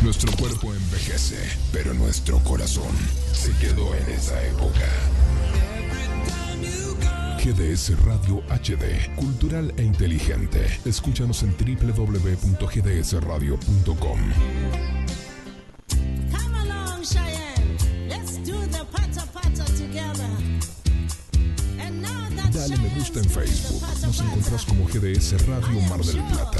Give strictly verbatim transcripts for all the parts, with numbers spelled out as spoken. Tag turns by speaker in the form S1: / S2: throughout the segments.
S1: Nuestro cuerpo envejece, pero nuestro corazón se quedó en esa época. G D S Radio H D, cultural e inteligente. Escúchanos en doble u doble u doble u punto g d s radio punto com. Dale me gusta en Facebook. Nos encontrás como G D S Radio Mar del Plata.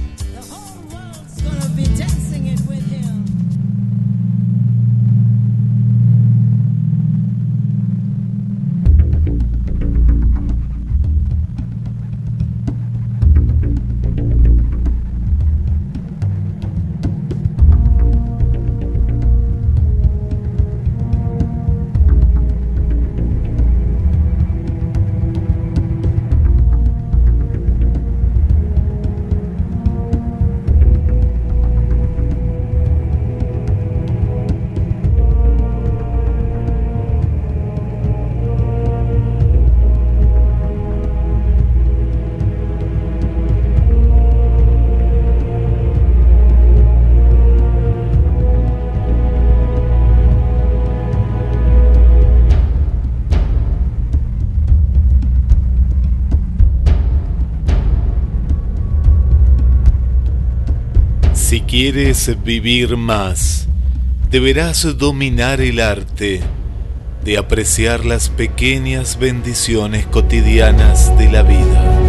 S2: Si quieres vivir más, deberás dominar el arte de apreciar las pequeñas bendiciones cotidianas de la vida.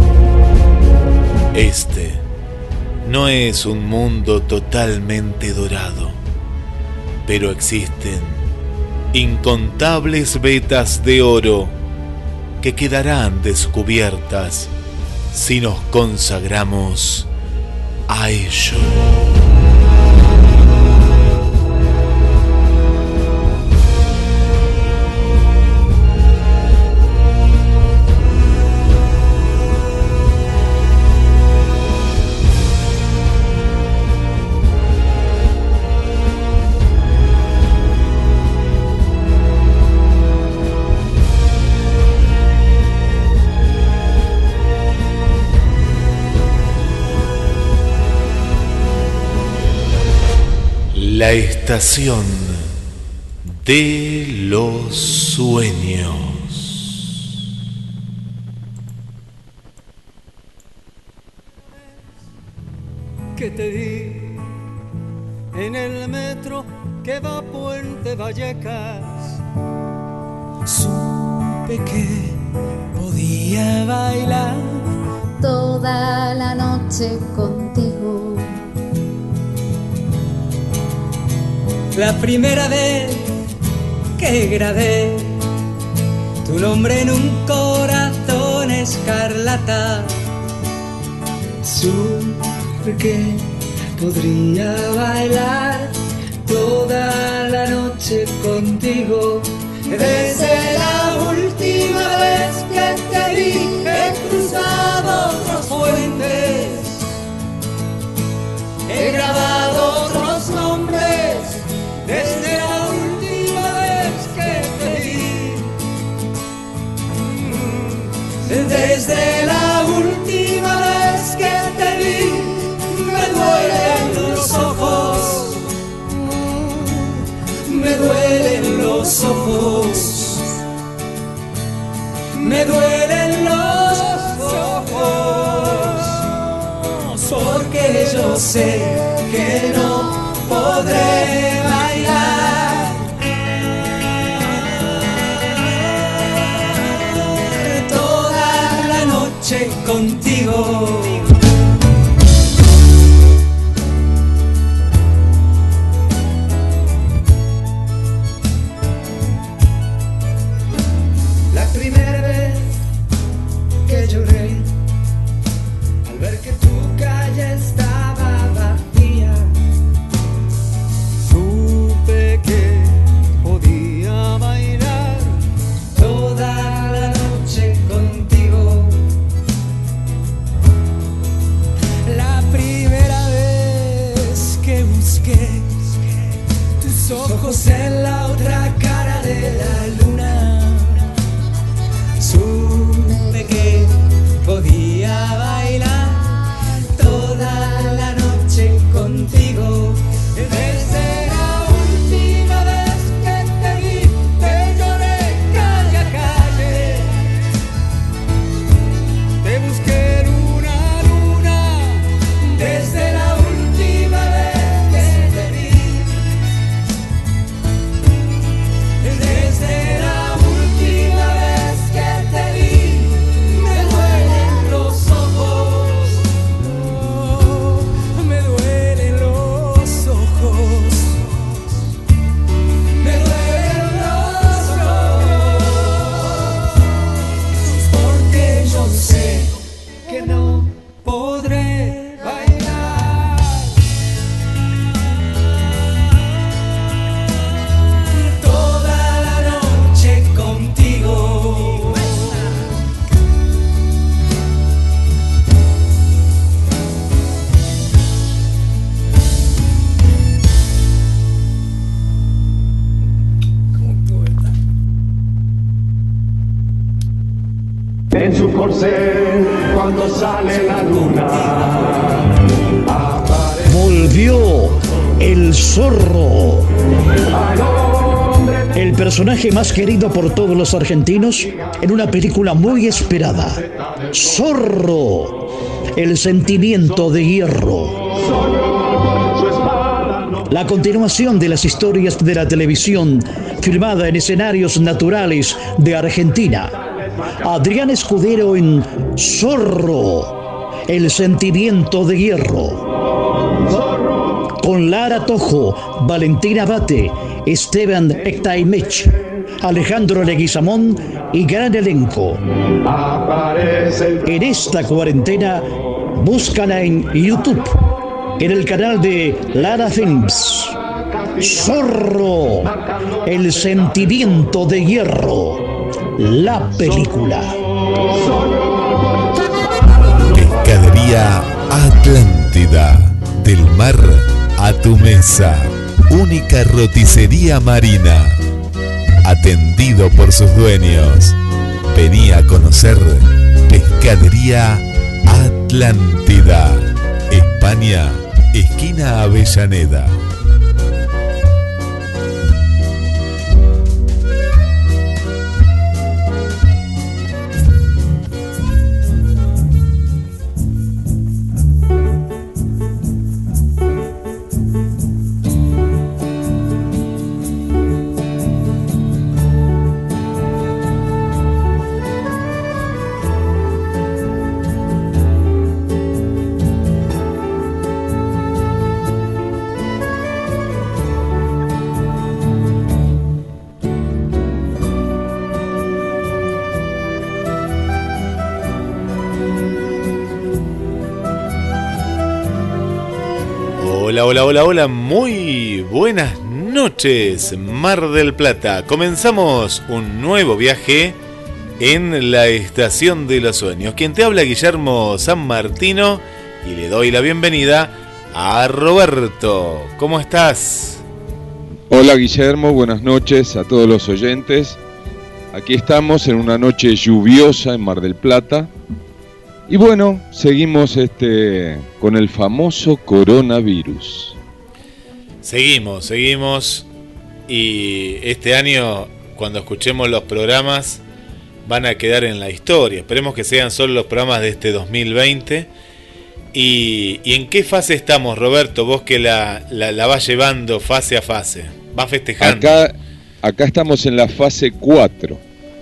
S2: Este no es un mundo totalmente dorado, pero existen incontables vetas de oro que quedarán descubiertas si nos consagramos a ello. La estación de los sueños.
S3: Que te vi en el metro que va a Puente Vallecas.
S4: Supe que podía bailar
S5: toda la noche contigo.
S4: La primera vez que grabé tu nombre en un corazón escarlata, supe que podría bailar toda la noche contigo. Desde la última vez que te vi he cruzado otros puentes, he grabado otros nombres. Desde la última vez que te vi, desde la última vez que te vi, me duelen los ojos, me duelen los ojos, me duelen los ojos, porque yo sé que no podré bailar toda la noche contigo. La primera vez que lloré al ver que tu calle estaba vacía, supe que podía bailar toda la noche contigo. La primera vez que busqué tus ojos en la otra cara de la luna, supe que podía bailar toda la noche contigo.
S6: aparece cuando sale la luna. Aparece.
S7: Volvió el zorro. El personaje más querido por todos los argentinos en una película muy esperada. Zorro, el sentimiento de hierro. La continuación de las historias de la televisión, filmada en escenarios naturales de Argentina. Adrián Escudero en Zorro, el sentimiento de hierro. Con Lara Tojo, Valentina Abate, Esteban Ektaimech, Alejandro Leguizamón y gran elenco. En esta cuarentena, búscala en YouTube, en el canal de Lara Films. Zorro, el sentimiento de hierro, la película.
S2: Pescadería Atlántida, del mar a tu mesa. Única roticería marina, atendido por sus dueños. Vení a conocer Pescadería Atlántida, España, esquina Avellaneda. Hola, hola, hola, hola, muy buenas noches, Mar del Plata. Comenzamos un nuevo viaje en la Estación de los Sueños. Quien te habla, Guillermo San Martino, y le doy la bienvenida a Roberto. ¿Cómo estás?
S8: Hola, Guillermo, buenas noches a todos los oyentes. Aquí estamos en una noche lluviosa en Mar del Plata. Y bueno, seguimos este con el famoso coronavirus.
S2: Seguimos, seguimos. Y este año, cuando escuchemos los programas, van a quedar en la historia. Esperemos que sean solo los programas de este dos mil veinte. ¿Y, y en qué fase estamos, Roberto? Vos que la, la, la vas llevando fase a fase. Vas festejando.
S8: Acá, acá estamos en la fase cuatro.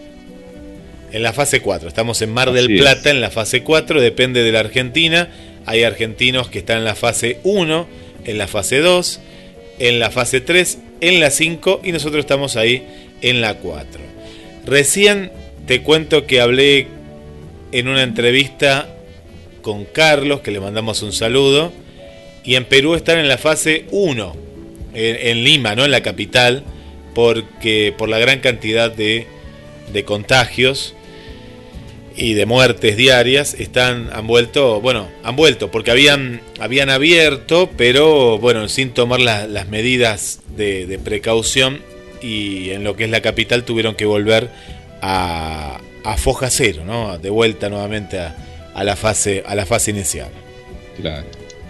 S2: En la fase cuatro, estamos en Mar del
S8: Así
S2: Plata,
S8: es.
S2: en la fase cuatro, depende de la Argentina. Hay argentinos que están en la fase uno, en la fase dos, en la fase tres, en la cinco, y nosotros estamos ahí en la cuatro. Recién te cuento que hablé en una entrevista con Carlos, que le mandamos un saludo, y en Perú están en la fase uno, en, en Lima, ¿no? En la capital, porque por la gran cantidad de, de contagios y de muertes diarias. Están, han vuelto, bueno, han vuelto porque habían, habían abierto, pero bueno, sin tomar la, las medidas de, de precaución, y en lo que es la capital tuvieron que volver a, a foja cero, ¿no? De vuelta nuevamente a, a la fase, a la fase inicial.
S8: Claro.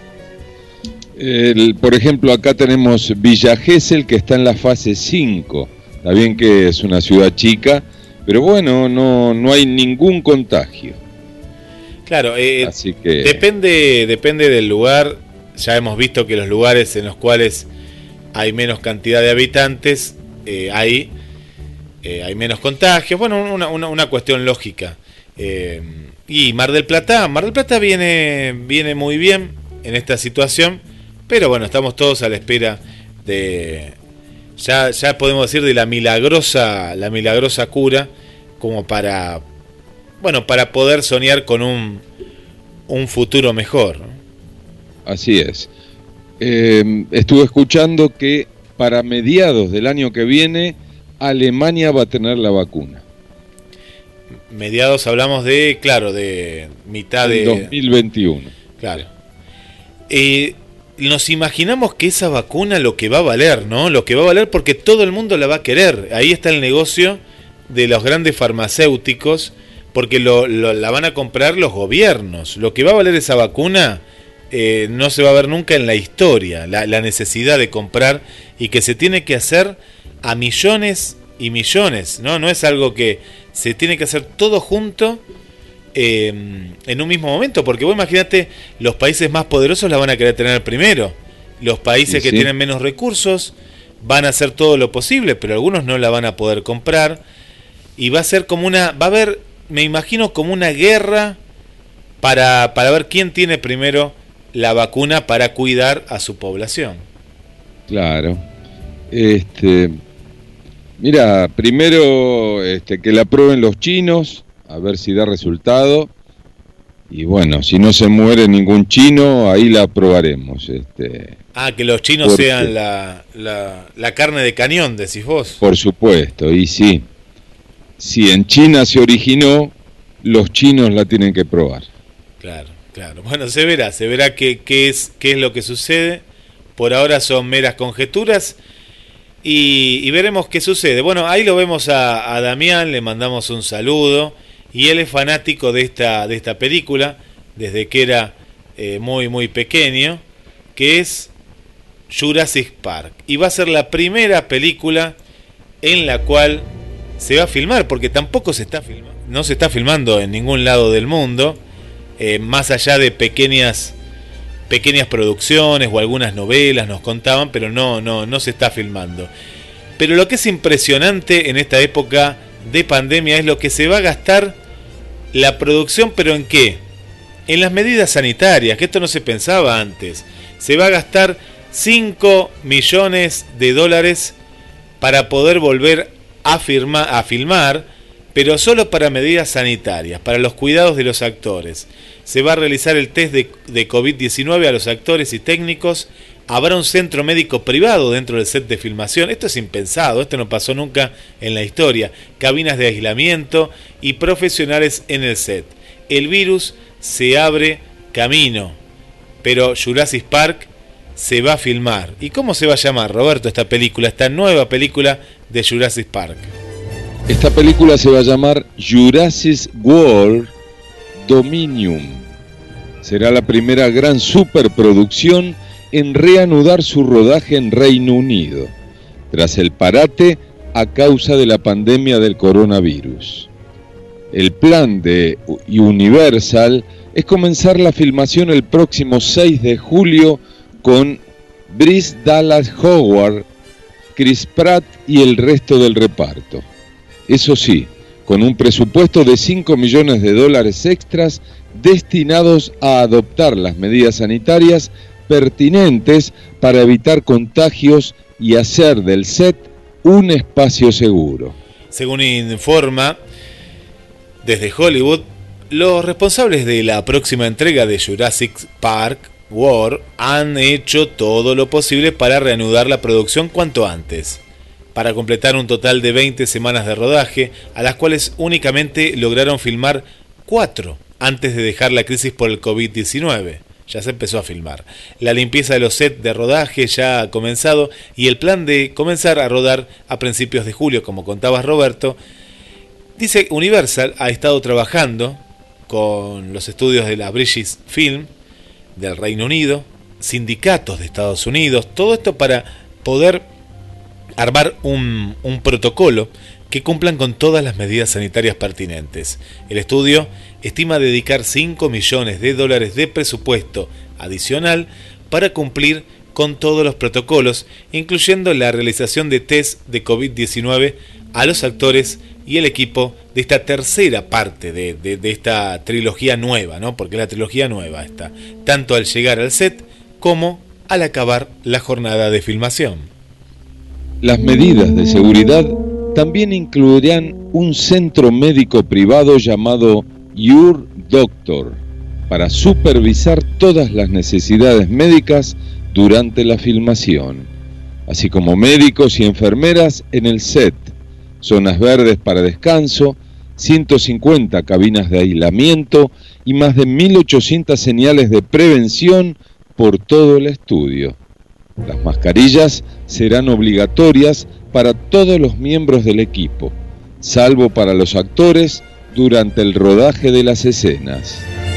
S8: El, por ejemplo, acá tenemos Villa Gesell, que está en la fase cinco. Está bien que es una ciudad chica, pero bueno, no, no hay ningún contagio.
S2: Claro, eh,
S8: Así que...
S2: depende, depende del lugar. Ya hemos visto que los lugares en los cuales hay menos cantidad de habitantes, eh, hay, eh, hay menos contagios. Bueno, una, una, una cuestión lógica. Eh, y Mar del Plata, Mar del Plata viene, viene muy bien en esta situación, pero bueno, estamos todos a la espera de... Ya, ya podemos decir de la milagrosa, la milagrosa cura, como para, bueno, para poder soñar con un, un futuro mejor, ¿no?
S8: Así es. Eh, estuve escuchando que para mediados del año que viene Alemania va a tener la vacuna.
S2: Mediados hablamos de, claro, de mitad de
S8: dos mil veintiuno.
S2: Claro. Eh, nos imaginamos que esa vacuna lo que va a valer, ¿no? Lo que va a valer porque todo el mundo la va a querer. Ahí está el negocio de los grandes farmacéuticos porque lo, lo, la van a comprar los gobiernos. Lo que va a valer esa vacuna eh, no se va a ver nunca en la historia, la, la necesidad de comprar y que se tiene que hacer a millones y millones, ¿no? No es algo que se tiene que hacer todo junto eh, en un mismo momento, porque vos imagínate, los países más poderosos la van a querer tener primero, los países sí, que sí. tienen menos recursos van a hacer todo lo posible, pero algunos no la van a poder comprar y va a ser como una, va a haber, me imagino como una guerra para, para ver quién tiene primero la vacuna para cuidar a su población.
S8: Claro. Este, mira, primero este, que la prueben los chinos, a ver si da resultado. Y bueno, si no se muere ningún chino, ahí la probaremos. Este,
S2: ah, que los chinos porque, sean la, la, la carne de cañón, decís vos.
S8: Por supuesto, y sí. Si en China se originó, los chinos la tienen que probar.
S2: Claro, claro. Bueno, se verá, se verá qué, qué, es, qué es lo que sucede. Por ahora son meras conjeturas y, y veremos qué sucede. Bueno, ahí lo vemos a, a Damián, le mandamos un saludo. Y él es fanático de esta, de esta película, desde que era eh, muy, muy pequeño, que es Jurassic Park. Y va a ser la primera película en la cual se va a filmar, porque tampoco se está filmando, no se está filmando en ningún lado del mundo, eh, más allá de pequeñas, pequeñas producciones o algunas novelas nos contaban, pero no, no, no se está filmando. Pero lo que es impresionante en esta época de pandemia es lo que se va a gastar la producción, pero ¿en qué? En las medidas sanitarias, que esto no se pensaba antes. Se va a gastar cinco millones de dólares para poder volver a, firma, a filmar, pero solo para medidas sanitarias, para los cuidados de los actores. Se va a realizar el test de, de COVID diecinueve a los actores y técnicos. Habrá un centro médico privado dentro del set de filmación. Esto es impensado, esto no pasó nunca en la historia. Cabinas de aislamiento y profesionales en el set. El virus se abre camino, pero Jurassic Park se va a filmar. ¿Y cómo se va a llamar, Roberto, esta película, esta nueva película de Jurassic Park?
S8: Esta película se va a llamar Jurassic World Dominion. Será la primera gran superproducción en reanudar su rodaje en Reino Unido, tras el parate a causa de la pandemia del coronavirus. El plan de Universal es comenzar la filmación el próximo seis de julio con Bryce Dallas Howard, Chris Pratt y el resto del reparto. Eso sí, con un presupuesto de cinco millones de dólares extras destinados a adoptar las medidas sanitarias pertinentes para evitar contagios y hacer del set un espacio seguro.
S2: Según informa desde Hollywood, los responsables de la próxima entrega de Jurassic Park World han hecho todo lo posible para reanudar la producción cuanto antes, para completar un total de veinte semanas de rodaje, a las cuales únicamente lograron filmar cuatro antes de dejar la crisis por el COVID diecinueve. Ya se empezó a filmar. La limpieza de los sets de rodaje ya ha comenzado y el plan de comenzar a rodar a principios de julio, como contabas, Roberto. Dice Universal ha estado trabajando con los estudios de la British Film del Reino Unido, sindicatos de Estados Unidos, todo esto para poder armar un, un protocolo que cumplan con todas las medidas sanitarias pertinentes. El estudio estima dedicar cinco millones de dólares de presupuesto adicional para cumplir con todos los protocolos, incluyendo la realización de test de COVID diecinueve a los actores y el equipo de esta tercera parte de, de, de esta trilogía nueva, ¿no? Porque la trilogía nueva está, tanto al llegar al set como al acabar la jornada de filmación.
S8: Las medidas de seguridad también incluirán un centro médico privado llamado Your Doctor para supervisar todas las necesidades médicas durante la filmación, así como médicos y enfermeras en el set, zonas verdes para descanso, ciento cincuenta cabinas de aislamiento y más de mil ochocientas señales de prevención por todo el estudio. Las mascarillas serán obligatorias para todos los miembros del equipo, salvo para los actores, durante el rodaje de las escenas.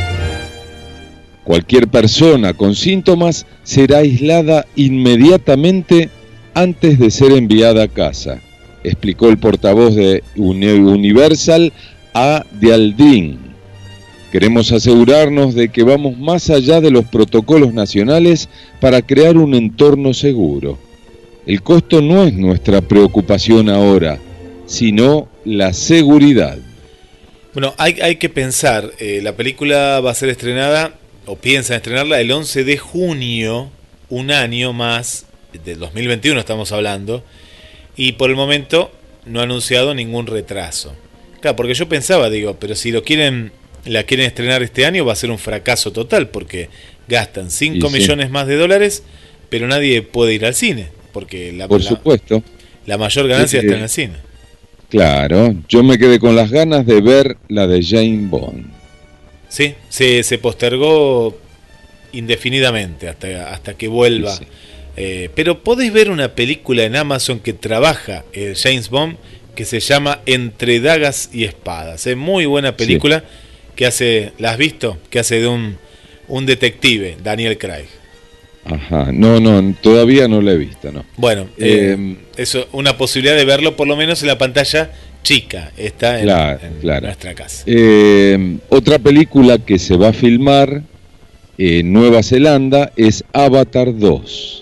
S8: Cualquier persona con síntomas será aislada inmediatamente antes de ser enviada a casa, explicó el portavoz de Universal a de Aldrin. Queremos asegurarnos de que vamos más allá de los protocolos nacionales para crear un entorno seguro. El costo no es nuestra preocupación ahora, sino la seguridad.
S2: Bueno, hay, hay que pensar, eh, la película va a ser estrenada, o piensan estrenarla, el once de junio, un año más, del dos mil veintiuno estamos hablando, y por el momento no ha anunciado ningún retraso. Claro, porque yo pensaba, digo, pero si lo quieren, la quieren estrenar este año va a ser un fracaso total, porque gastan cinco millones más de dólares, pero nadie puede ir al cine, porque la,
S8: por
S2: la,
S8: supuesto.
S2: la mayor ganancia
S8: sí,
S2: está en el cine.
S8: Claro, yo me quedé con las ganas de ver la de James Bond.
S2: Sí, se, se postergó indefinidamente hasta, hasta que vuelva. Sí, sí. Eh, pero podés ver una película en Amazon que trabaja el James Bond que se llama Entre Dagas y Espadas. Es muy buena película, sí. que hace, ¿la has visto? Que hace de un, un detective, Daniel Craig.
S8: Ajá, no, no, todavía no la he visto, no.
S2: Bueno, eh, eh, eso, una posibilidad de verlo por lo menos en la pantalla chica, está en,
S8: claro,
S2: en
S8: claro.
S2: nuestra casa.
S8: Eh, otra película que se va a filmar en Nueva Zelanda es Avatar dos.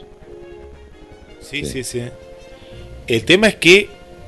S2: Sí, sí, sí, sí. El tema es que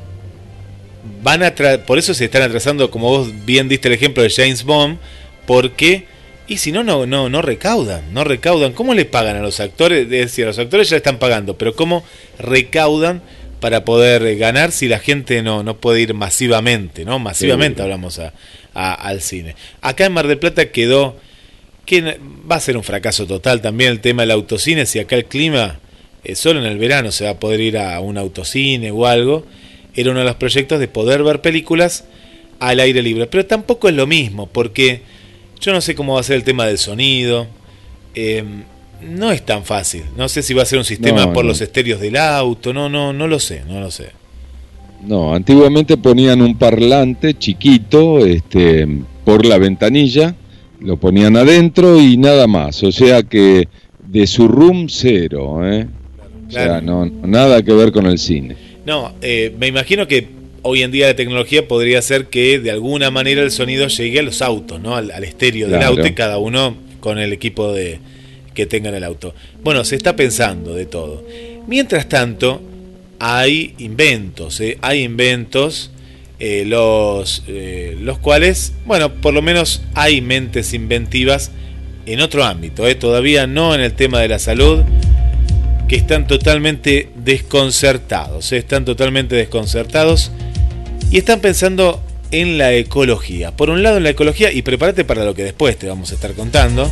S2: van a tra- por eso se están atrasando, como vos bien diste el ejemplo de James Bond, porque y si no no no no recaudan, no recaudan. ¿Cómo le pagan a los actores? Es decir, a los actores ya le están pagando, pero ¿cómo recaudan para poder ganar si la gente no no puede ir masivamente, ¿no? Masivamente, sí, hablamos a, a, al cine. Acá en Mar del Plata quedó que va a ser un fracaso total también el tema del autocine, si acá el clima eh, solo en el verano se va a poder ir a un autocine o algo. Era uno de los proyectos de poder ver películas al aire libre, pero tampoco es lo mismo, porque yo no sé cómo va a ser el tema del sonido, eh, no es tan fácil, no sé si va a ser un sistema no, por no. los estéreos del auto, no, no, no lo sé, no lo sé.
S8: No, antiguamente ponían un parlante chiquito, este, por la ventanilla, lo ponían adentro y nada más, o sea que de su room cero, ¿eh? Claro. O sea, no, nada que ver con el cine.
S2: No, eh, me imagino que hoy en día la tecnología podría hacer que de alguna manera el sonido llegue a los autos, ¿no? Al, al estéreo claro. del auto, y cada uno con el equipo de que tenga en el auto. Bueno, se está pensando de todo. Mientras tanto, hay inventos, ¿eh? Hay inventos, eh, los, eh, los cuales, bueno, por lo menos hay mentes inventivas en otro ámbito, ¿eh? Todavía no en el tema de la salud, que están totalmente desconcertados, ¿eh? están totalmente desconcertados y están pensando en la ecología. Por un lado en la ecología, y prepárate para lo que después te vamos a estar contando.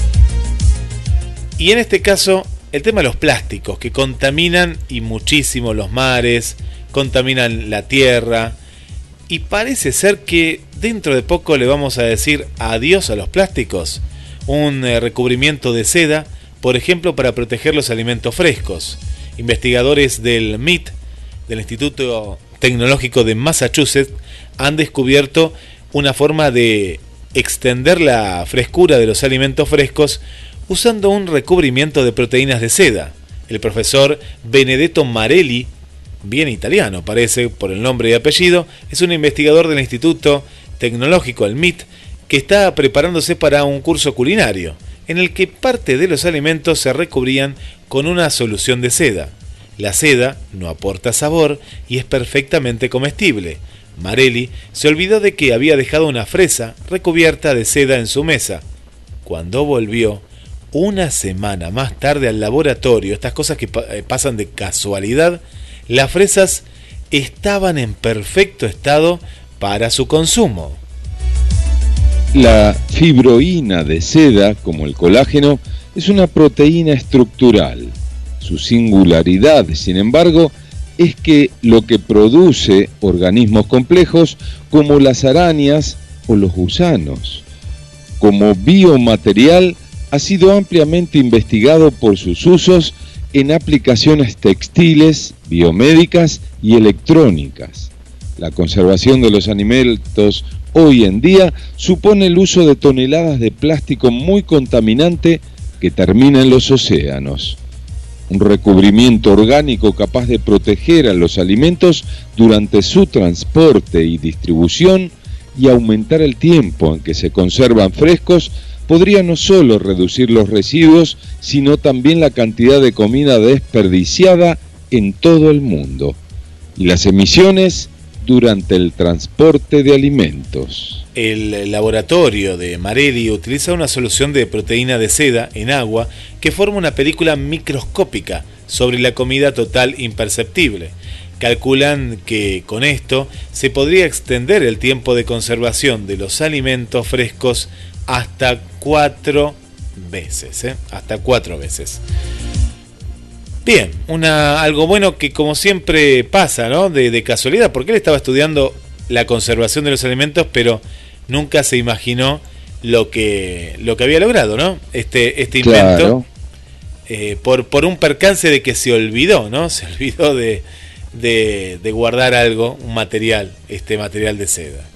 S2: Y en este caso, el tema de los plásticos, que contaminan y muchísimo los mares, contaminan la tierra, y parece ser que dentro de poco le vamos a decir adiós a los plásticos. Un eh, recubrimiento de seda, por ejemplo, para proteger los alimentos frescos. Investigadores del M I T, del Instituto Tecnológico de Massachusetts, han descubierto una forma de extender la frescura de los alimentos frescos usando un recubrimiento de proteínas de seda. El profesor Benedetto Marelli, bien italiano parece por el nombre y apellido, es un investigador del Instituto Tecnológico, el M I T, que está preparándose para un curso culinario, en el que parte de los alimentos se recubrían con una solución de seda. La seda no aporta sabor y es perfectamente comestible. Marelli se olvidó de que había dejado una fresa recubierta de seda en su mesa. Cuando volvió, una semana más tarde al laboratorio, estas cosas que pa- pasan de casualidad, las fresas estaban en perfecto estado para su consumo.
S8: La fibroína de seda, como el colágeno, es una proteína estructural. Su singularidad, sin embargo, es que lo que produce organismos complejos como las arañas o los gusanos. Como biomaterial, ha sido ampliamente investigado por sus usos en aplicaciones textiles, biomédicas y electrónicas. La conservación de los alimentos hoy en día supone el uso de toneladas de plástico muy contaminante que termina en los océanos. Un recubrimiento orgánico capaz de proteger a los alimentos durante su transporte y distribución y aumentar el tiempo en que se conservan frescos podría no solo reducir los residuos, sino también la cantidad de comida desperdiciada en todo el mundo y las emisiones durante el transporte de alimentos.
S2: El laboratorio de Marelli utiliza una solución de proteína de seda en agua que forma una película microscópica sobre la comida total imperceptible. Calculan que con esto se podría extender el tiempo de conservación de los alimentos frescos hasta cuatro veces, ¿eh? Hasta cuatro veces. Bien, una, algo bueno que como siempre pasa, ¿no? De, de casualidad, porque él estaba estudiando la conservación de los alimentos, pero nunca se imaginó lo que, lo que había logrado, ¿no? Este, este invento, claro. eh, por, por un percance de que se olvidó, ¿no? Se olvidó de, de, de guardar algo, un material, este material de seda.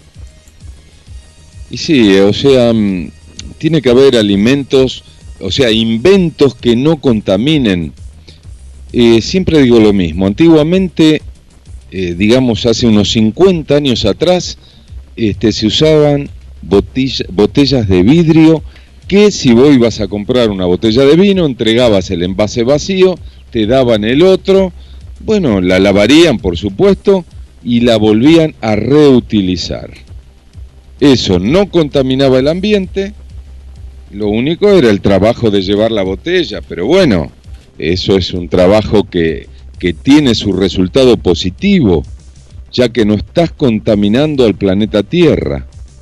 S8: Y sí, o sea, tiene que haber alimentos, o sea, inventos que no contaminen. Eh, siempre digo lo mismo, antiguamente, eh, digamos hace unos cincuenta años atrás, este, se usaban botella, botellas de vidrio que si vos ibas a comprar una botella de vino, entregabas el envase vacío, te daban el otro, bueno, la lavarían por supuesto y la volvían a reutilizar. Eso no contaminaba el ambiente, lo único era el trabajo de llevar la botella, pero bueno, eso es un trabajo que, que tiene su resultado positivo, ya que no estás contaminando al planeta Tierra.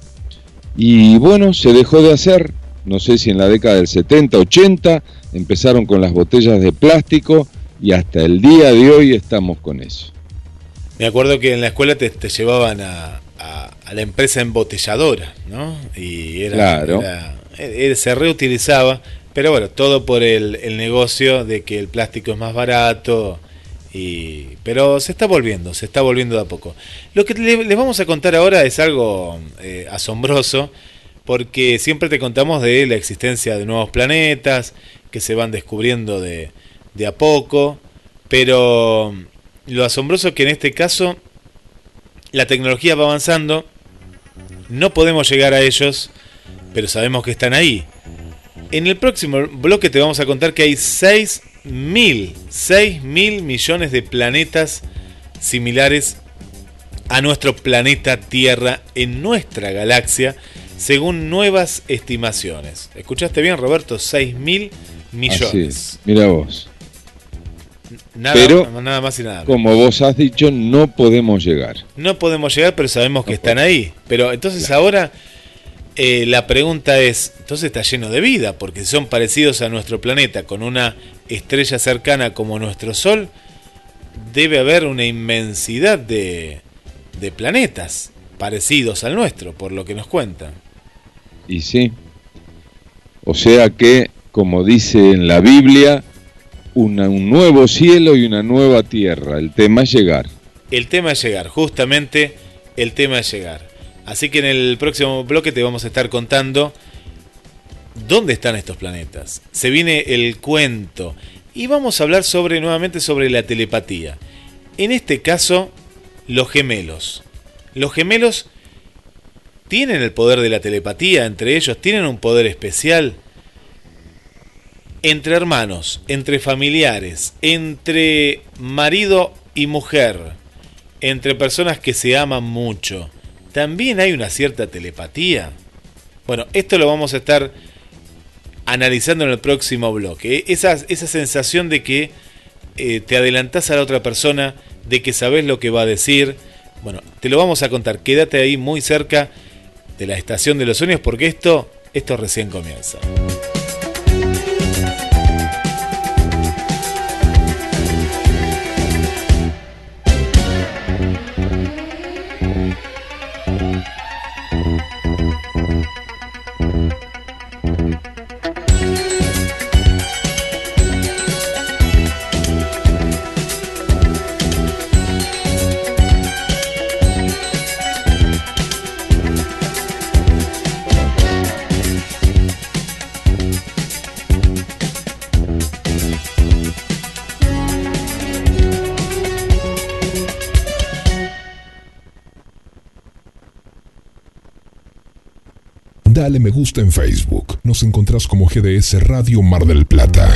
S8: Y bueno, se dejó de hacer, no sé si en la década del setenta, ochenta, empezaron con las botellas de plástico y hasta el día de hoy estamos con eso.
S2: Me acuerdo que en la escuela te, te llevaban a, a, a la empresa embotelladora, ¿no? Y era,
S8: claro.
S2: era, era, se reutilizaba. Pero bueno, todo por el, el negocio de que el plástico es más barato, y, pero se está volviendo, se está volviendo de a poco. Lo que le, les vamos a contar ahora es algo eh, asombroso, porque siempre te contamos de la existencia de nuevos planetas, que se van descubriendo de, de a poco, pero lo asombroso es que en este caso la tecnología va avanzando, no podemos llegar a ellos, pero sabemos que están ahí. En el próximo bloque te vamos a contar que hay seis mil millones de planetas similares a nuestro planeta Tierra en nuestra galaxia, según nuevas estimaciones. ¿Escuchaste bien, Roberto? seis mil millones.
S8: Mira vos.
S2: Nada,
S8: pero,
S2: nada más y nada menos.
S8: Como vos has dicho, no podemos llegar.
S2: No podemos llegar, pero sabemos que
S8: no
S2: están
S8: podemos.
S2: ahí. Pero entonces
S8: claro.
S2: ahora... Eh, la pregunta es, entonces está lleno de vida, porque si son parecidos a nuestro planeta, con una estrella cercana como nuestro Sol, debe haber una inmensidad de, de planetas parecidos al nuestro, por lo que nos cuentan.
S8: Y sí, o sea que, como dice en la Biblia, una, un nuevo cielo y una nueva tierra, el tema es llegar.
S2: El tema es llegar, justamente el tema es llegar. Así que en el próximo bloque te vamos a estar contando dónde están estos planetas. Se viene el cuento y vamos a hablar sobre nuevamente sobre la telepatía. En este caso, los gemelos. Los gemelos tienen el poder de la telepatía, entre ellos tienen un poder especial. Entre hermanos, entre familiares, entre marido y mujer, entre personas que se aman mucho, también hay una cierta telepatía. Bueno, esto lo vamos a estar analizando en el próximo bloque. Esa, esa sensación de que eh, te adelantás a la otra persona, de que sabés lo que va a decir. Bueno, te lo vamos a contar. Quédate ahí muy cerca de la Estación de los Sueños, porque esto, esto recién comienza.
S1: Dale me gusta en Facebook. Nos encontrás como G D S Radio Mar del Plata.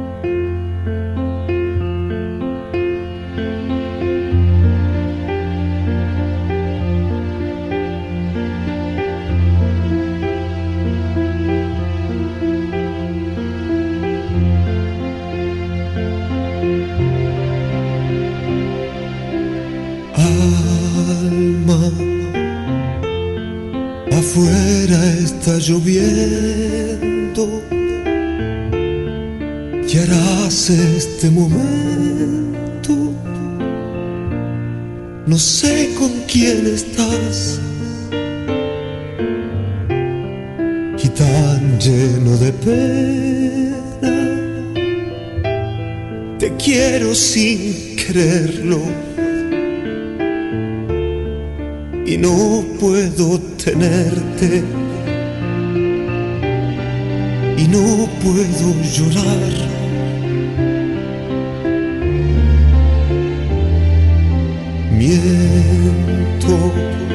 S9: Afuera está lloviendo y harás este momento. No sé con quién estás y tan lleno de pena. Te quiero sin quererlo y no puedo tenerte y no puedo llorar. Miento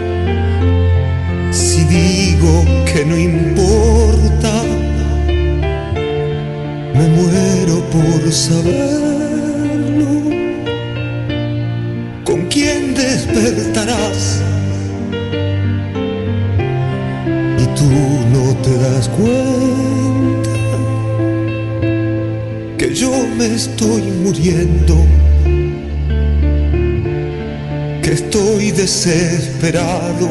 S9: si digo que no importa, me muero por saberlo. ¿Con quién despertarás? Tú no te das cuenta que yo me estoy muriendo, que estoy desesperado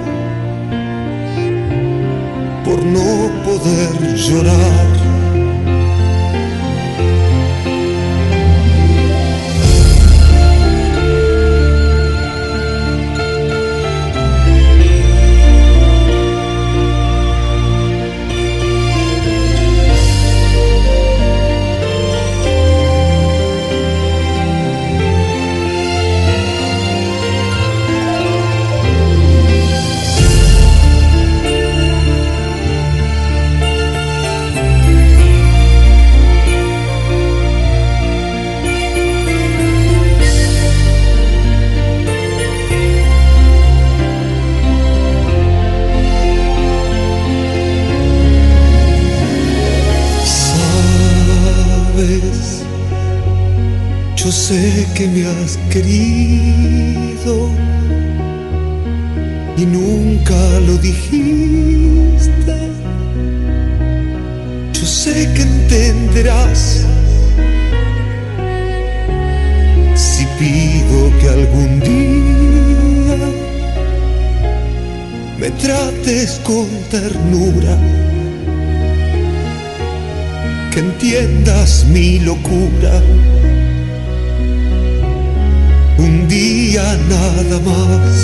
S9: por no poder llorar. Yo sé que me has querido y nunca lo dijiste. Yo sé que entenderás si pido que algún día me trates con ternura, que entiendas mi locura. Un día nada más,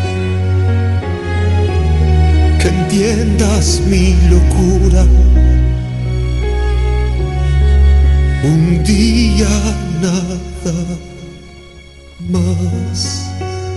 S9: que entiendas mi locura. Un día nada más.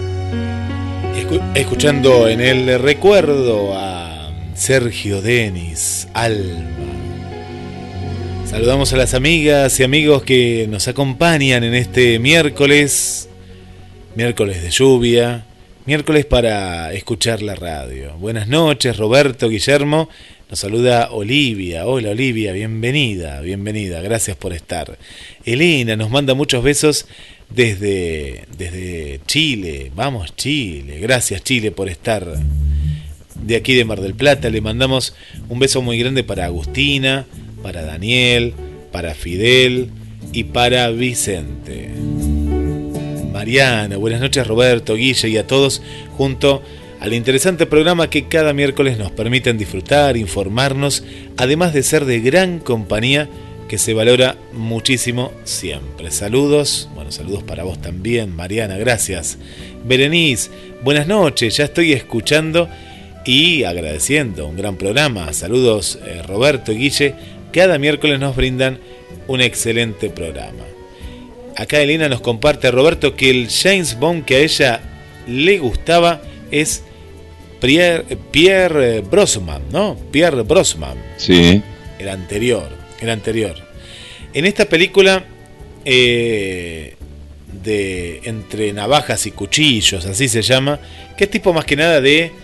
S2: Escuchando en el recuerdo a Sergio Denis, Alma. Saludamos a las amigas y amigos que nos acompañan en este miércoles. Miércoles de lluvia, miércoles para escuchar la radio. Buenas noches, Roberto, Guillermo. Nos saluda Olivia. Hola, Olivia, bienvenida, bienvenida. Gracias por estar. Elena nos manda muchos besos desde, desde Chile. Vamos, Chile. Gracias, Chile, por estar de aquí de Mar del Plata. Le mandamos un beso muy grande para Agustina, para Daniel, para Fidel y para Vicente. Mariana, buenas noches Roberto, Guille y a todos junto al interesante programa que cada miércoles nos permiten disfrutar, informarnos, además de ser de gran compañía que se valora muchísimo siempre. Saludos, bueno, saludos para vos también, Mariana, gracias. Berenice, buenas noches, ya estoy escuchando y agradeciendo un gran programa. Saludos eh, Roberto y Guille, cada miércoles nos brindan un excelente programa. Acá Elena nos comparte a Roberto que el James Bond que a ella le gustaba es Pierre, Pierre Brosnan, ¿no? Pierre Brosnan.
S8: Sí.
S2: El anterior, el anterior. En esta película eh, de Entre navajas y cuchillos, así se llama, que es tipo más que nada de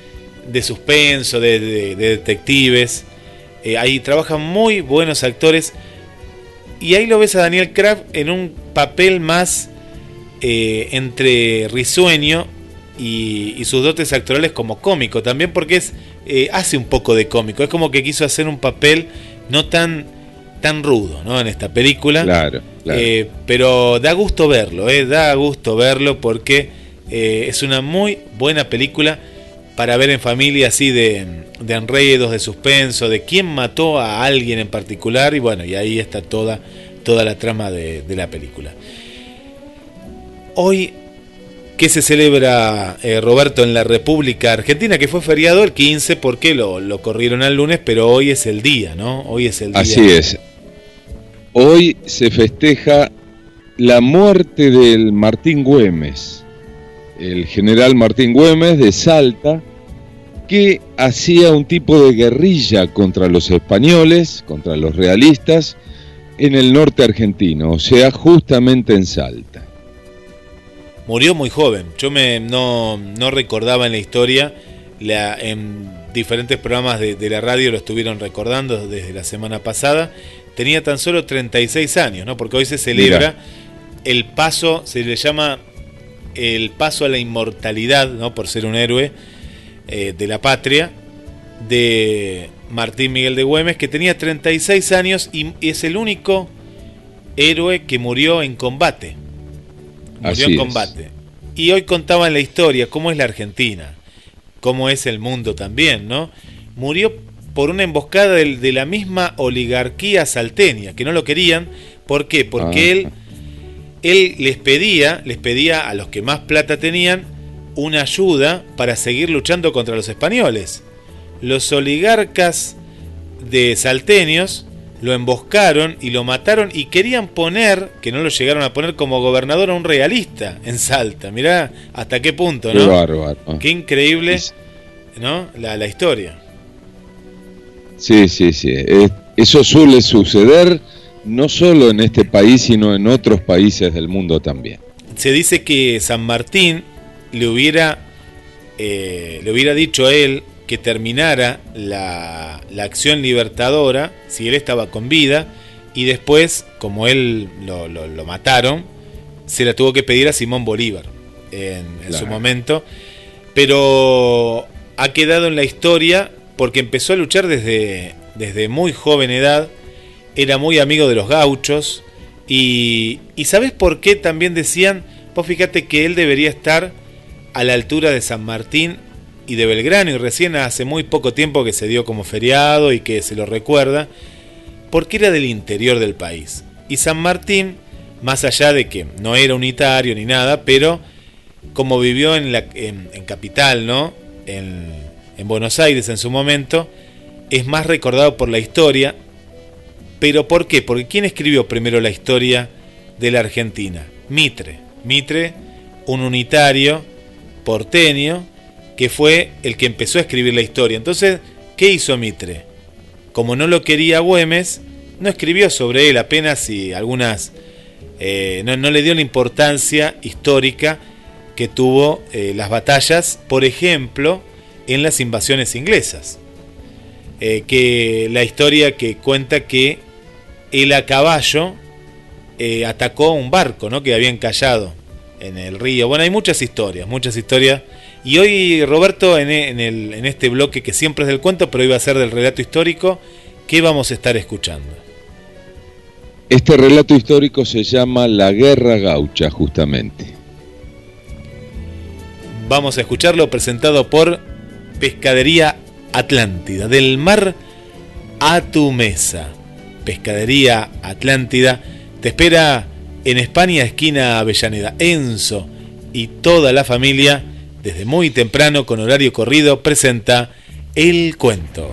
S2: de suspenso, de, de, de detectives. Eh, ahí trabajan muy buenos actores. Y ahí lo ves a Daniel Kraft en un papel más eh, entre risueño y, y sus dotes actorales como cómico. También porque es eh, hace un poco de cómico. Es como que quiso hacer un papel no tan, tan rudo, ¿no? En esta película.
S8: Claro, claro.
S2: Eh, pero da gusto verlo, eh, da gusto verlo porque eh, es una muy buena película para ver en familia, así de, de enredos, de suspenso, de quién mató a alguien en particular, y bueno, y ahí está toda, toda la trama de, de la película. Hoy, ¿qué se celebra, eh, Roberto, en la República Argentina? Que fue feriado el quince porque lo, lo corrieron al lunes, pero hoy es el día, ¿no? Hoy es el día.
S8: Así es. Hoy se festeja la muerte del Martín Güemes, el general Martín Güemes de Salta, que hacía un tipo de guerrilla contra los españoles, contra los realistas, en el norte argentino, o sea, justamente en Salta.
S2: Murió muy joven. Yo me no, no recordaba en la historia, la, en diferentes programas de, de la radio lo estuvieron recordando desde la semana pasada. Tenía tan solo treinta y seis años, ¿no? Porque hoy se celebra Mira. el paso, se le llama el paso a la inmortalidad, ¿no? Por ser un héroe eh, de la patria, de Martín Miguel de Güemes, que tenía treinta y seis años y es el único héroe que murió en combate. Murió
S8: Así
S2: en combate.
S8: Es.
S2: Y hoy contaba en la historia cómo es la Argentina, cómo es el mundo también, ¿no? Murió por una emboscada de, de la misma oligarquía salteña, que no lo querían. ¿Por qué? Porque ah. él... Él les pedía, les pedía a los que más plata tenían una ayuda para seguir luchando contra los españoles. Los oligarcas de salteños lo emboscaron y lo mataron y querían poner, que no lo llegaron a poner como gobernador, a un realista en Salta. Mirá hasta qué punto, ¿no?
S8: Qué bárbaro.
S2: Qué increíble, ¿no? La, la historia.
S8: Sí, sí, sí. Eh, eso suele suceder no solo en este país, sino en otros países del mundo también.
S2: Se dice que San Martín le hubiera, eh, le hubiera dicho a él que terminara la, la acción libertadora si él estaba con vida, y después, como él lo, lo, lo mataron, se la tuvo que pedir a Simón Bolívar en, en claro. su momento. Pero ha quedado en la historia porque empezó a luchar desde, desde muy joven edad. Era muy amigo de los gauchos. Y, y ¿sabés por qué también decían? Vos fíjate que él debería estar a la altura de San Martín y de Belgrano, y recién hace muy poco tiempo que se dio como feriado y que se lo recuerda, porque era del interior del país. Y San Martín, más allá de que no era unitario ni nada, pero como vivió en, la, en, en Capital, ¿no? En, en Buenos Aires en su momento, es más recordado por la historia. ¿Pero por qué? Porque ¿quién escribió primero la historia de la Argentina? Mitre. Mitre, un unitario porteño, que fue el que empezó a escribir la historia. Entonces, ¿qué hizo Mitre? Como no lo quería Güemes, no escribió sobre él apenas y algunas... Eh, no, no le dio la importancia histórica que tuvo eh, las batallas, por ejemplo, en las invasiones inglesas. Eh, que la historia que cuenta que él a caballo eh, atacó un barco, ¿no? Que había encallado en el río. Bueno, hay muchas historias, muchas historias. Y hoy, Roberto, en, en, el, en este bloque que siempre es del cuento, pero hoy va a ser del relato histórico, ¿qué vamos a estar escuchando?
S8: Este relato histórico se llama La Guerra Gaucha, justamente.
S2: Vamos a escucharlo, presentado por Pescadería Atlántida, del mar a tu mesa. Pescadería Atlántida te espera en España, esquina Avellaneda. Enzo y toda la familia, desde muy temprano, con horario corrido, presenta El Cuento.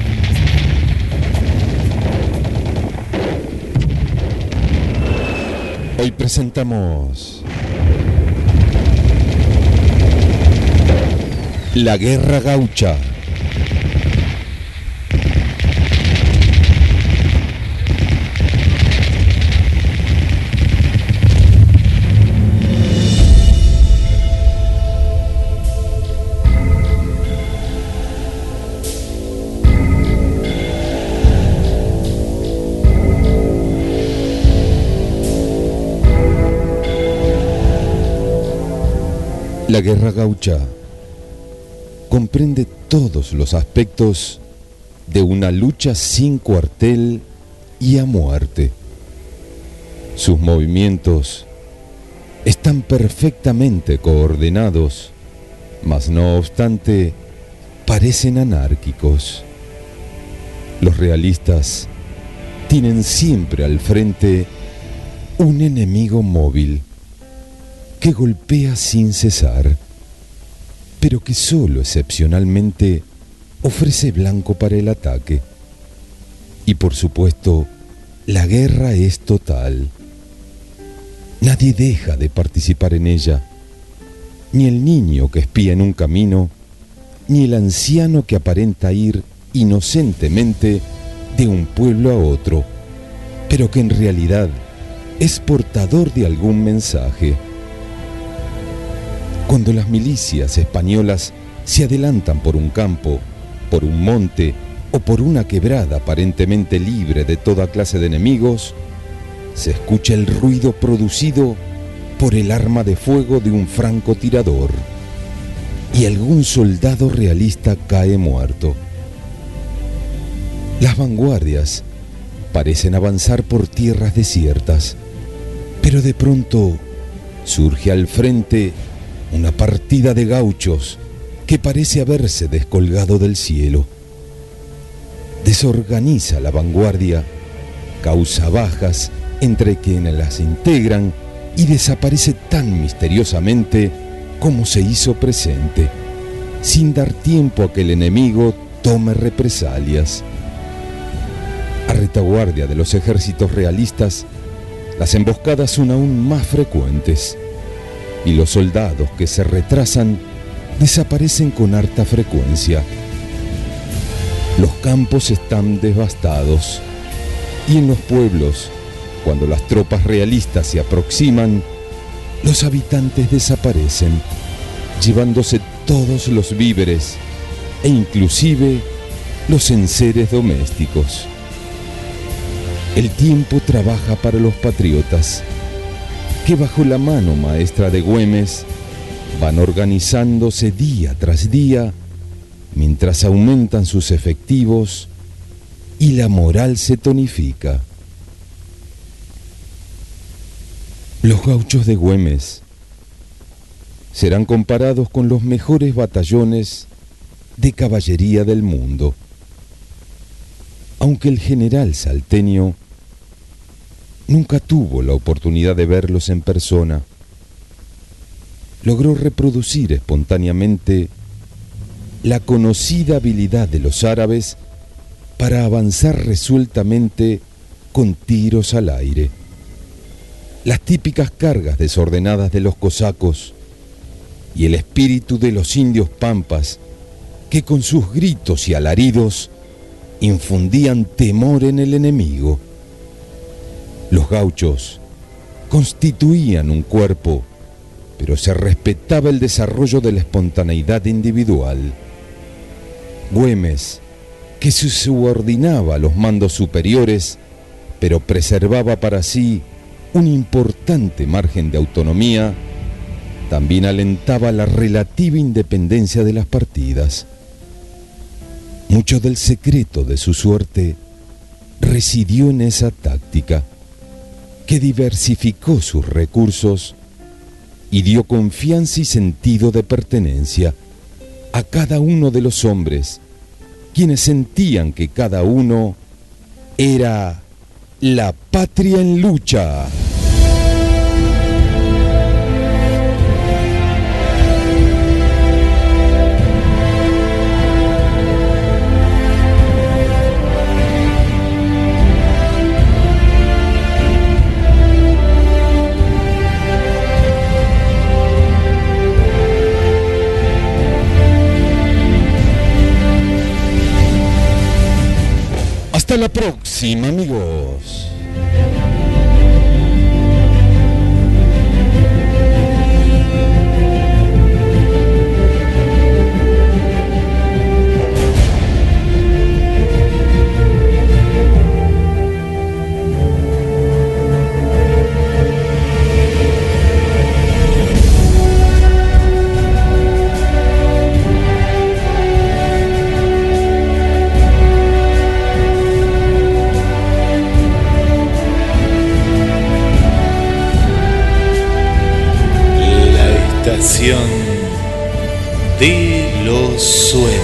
S10: Hoy presentamos La Guerra Gaucha. La guerra gaucha comprende todos los aspectos de una lucha sin cuartel y a muerte. Sus movimientos están perfectamente coordinados, mas no obstante parecen anárquicos. Los realistas tienen siempre al frente un enemigo móvil que golpea sin cesar, pero que solo excepcionalmente ofrece blanco para el ataque. Y por supuesto, la guerra es total. Nadie deja de participar en ella, ni el niño que espía en un camino, ni el anciano que aparenta ir inocentemente de un pueblo a otro, pero que en realidad es portador de algún mensaje. Cuando las milicias españolas se adelantan por un campo, por un monte o por una quebrada aparentemente libre de toda clase de enemigos, se escucha el ruido producido por el arma de fuego de un francotirador y algún soldado realista cae muerto. Las vanguardias parecen avanzar por tierras desiertas, pero de pronto surge al frente una partida de gauchos que parece haberse descolgado del cielo. Desorganiza la vanguardia, causa bajas entre quienes las integran y desaparece tan misteriosamente como se hizo presente, sin dar tiempo a que el enemigo tome represalias. A retaguardia de los ejércitos realistas, las emboscadas son aún más frecuentes y los soldados que se retrasan desaparecen con harta frecuencia. Los campos están devastados y en los pueblos, cuando las tropas realistas se aproximan, los habitantes desaparecen, llevándose todos los víveres e inclusive los enseres domésticos. El tiempo trabaja para los patriotas, que bajo la mano maestra de Güemes van organizándose día tras día, mientras aumentan sus efectivos y la moral se tonifica. Los gauchos de Güemes serán comparados con los mejores batallones de caballería del mundo, aunque el general salteño nunca tuvo la oportunidad de verlos en persona. Logró reproducir espontáneamente la conocida habilidad de los árabes para avanzar resueltamente con tiros al aire. Las típicas cargas desordenadas de los cosacos y el espíritu de los indios pampas, que con sus gritos y alaridos infundían temor en el enemigo. Los gauchos constituían un cuerpo, pero se respetaba el desarrollo de la espontaneidad individual. Güemes, que se subordinaba a los mandos superiores, pero preservaba para sí un importante margen de autonomía, también alentaba la relativa independencia de las partidas. Mucho del secreto de su suerte residió en esa táctica, que diversificó sus recursos y dio confianza y sentido de pertenencia a cada uno de los hombres, quienes sentían que cada uno era la patria en lucha. Hasta la próxima, amigos.
S2: estación de los sueños.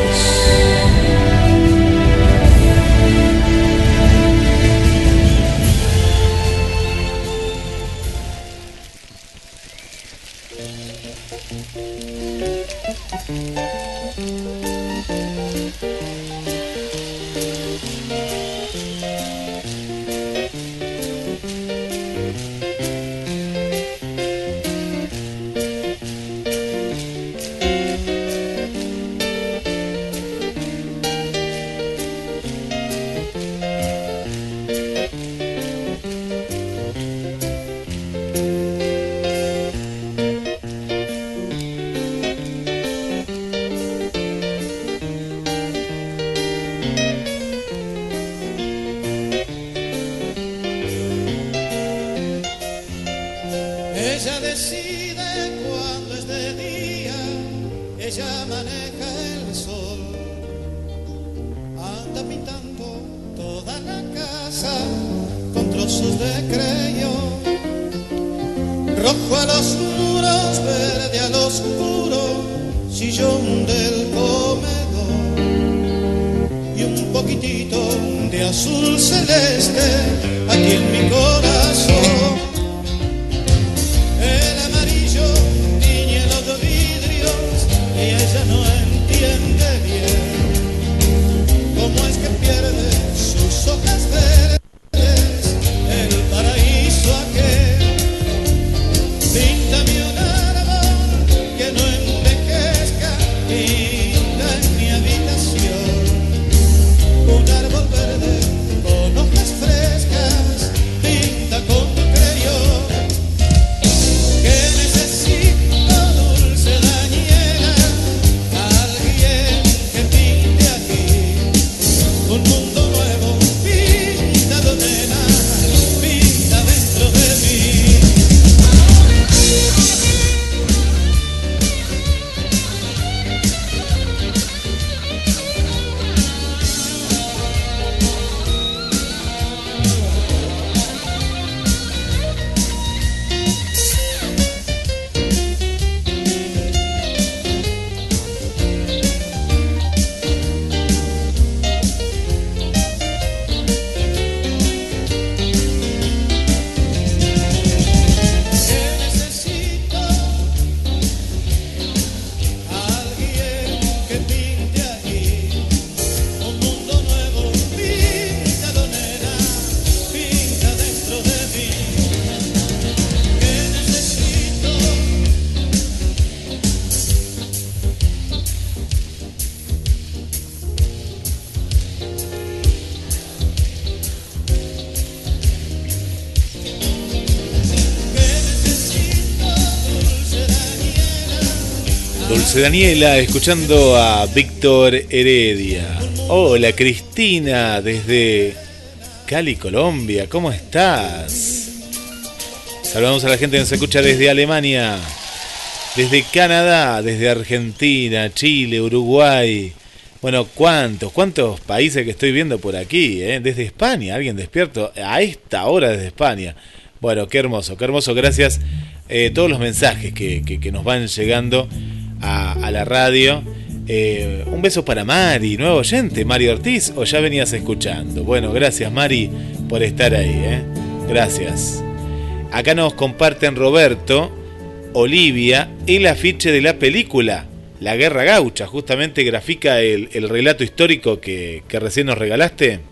S2: Daniela, escuchando a Víctor Heredia. Hola Cristina, desde Cali, Colombia, ¿cómo estás? Saludamos a la gente que nos escucha desde Alemania, desde Canadá, desde Argentina, Chile, Uruguay. Bueno, ¿cuántos? ¿Cuántos países que estoy viendo por aquí? ¿eh? Desde España, alguien despierto a esta hora desde España. Bueno, qué hermoso, qué hermoso. Gracias eh, todos los mensajes que, que, que nos van llegando A, a la radio. Eh, un beso para Mari, nuevo oyente, Mari Ortiz, o ya venías escuchando. Bueno, gracias Mari por estar ahí, ¿eh? Gracias. Acá nos comparten Roberto, Olivia, el afiche de la película La Guerra Gaucha, justamente grafica el, el relato histórico que, que recién nos regalaste.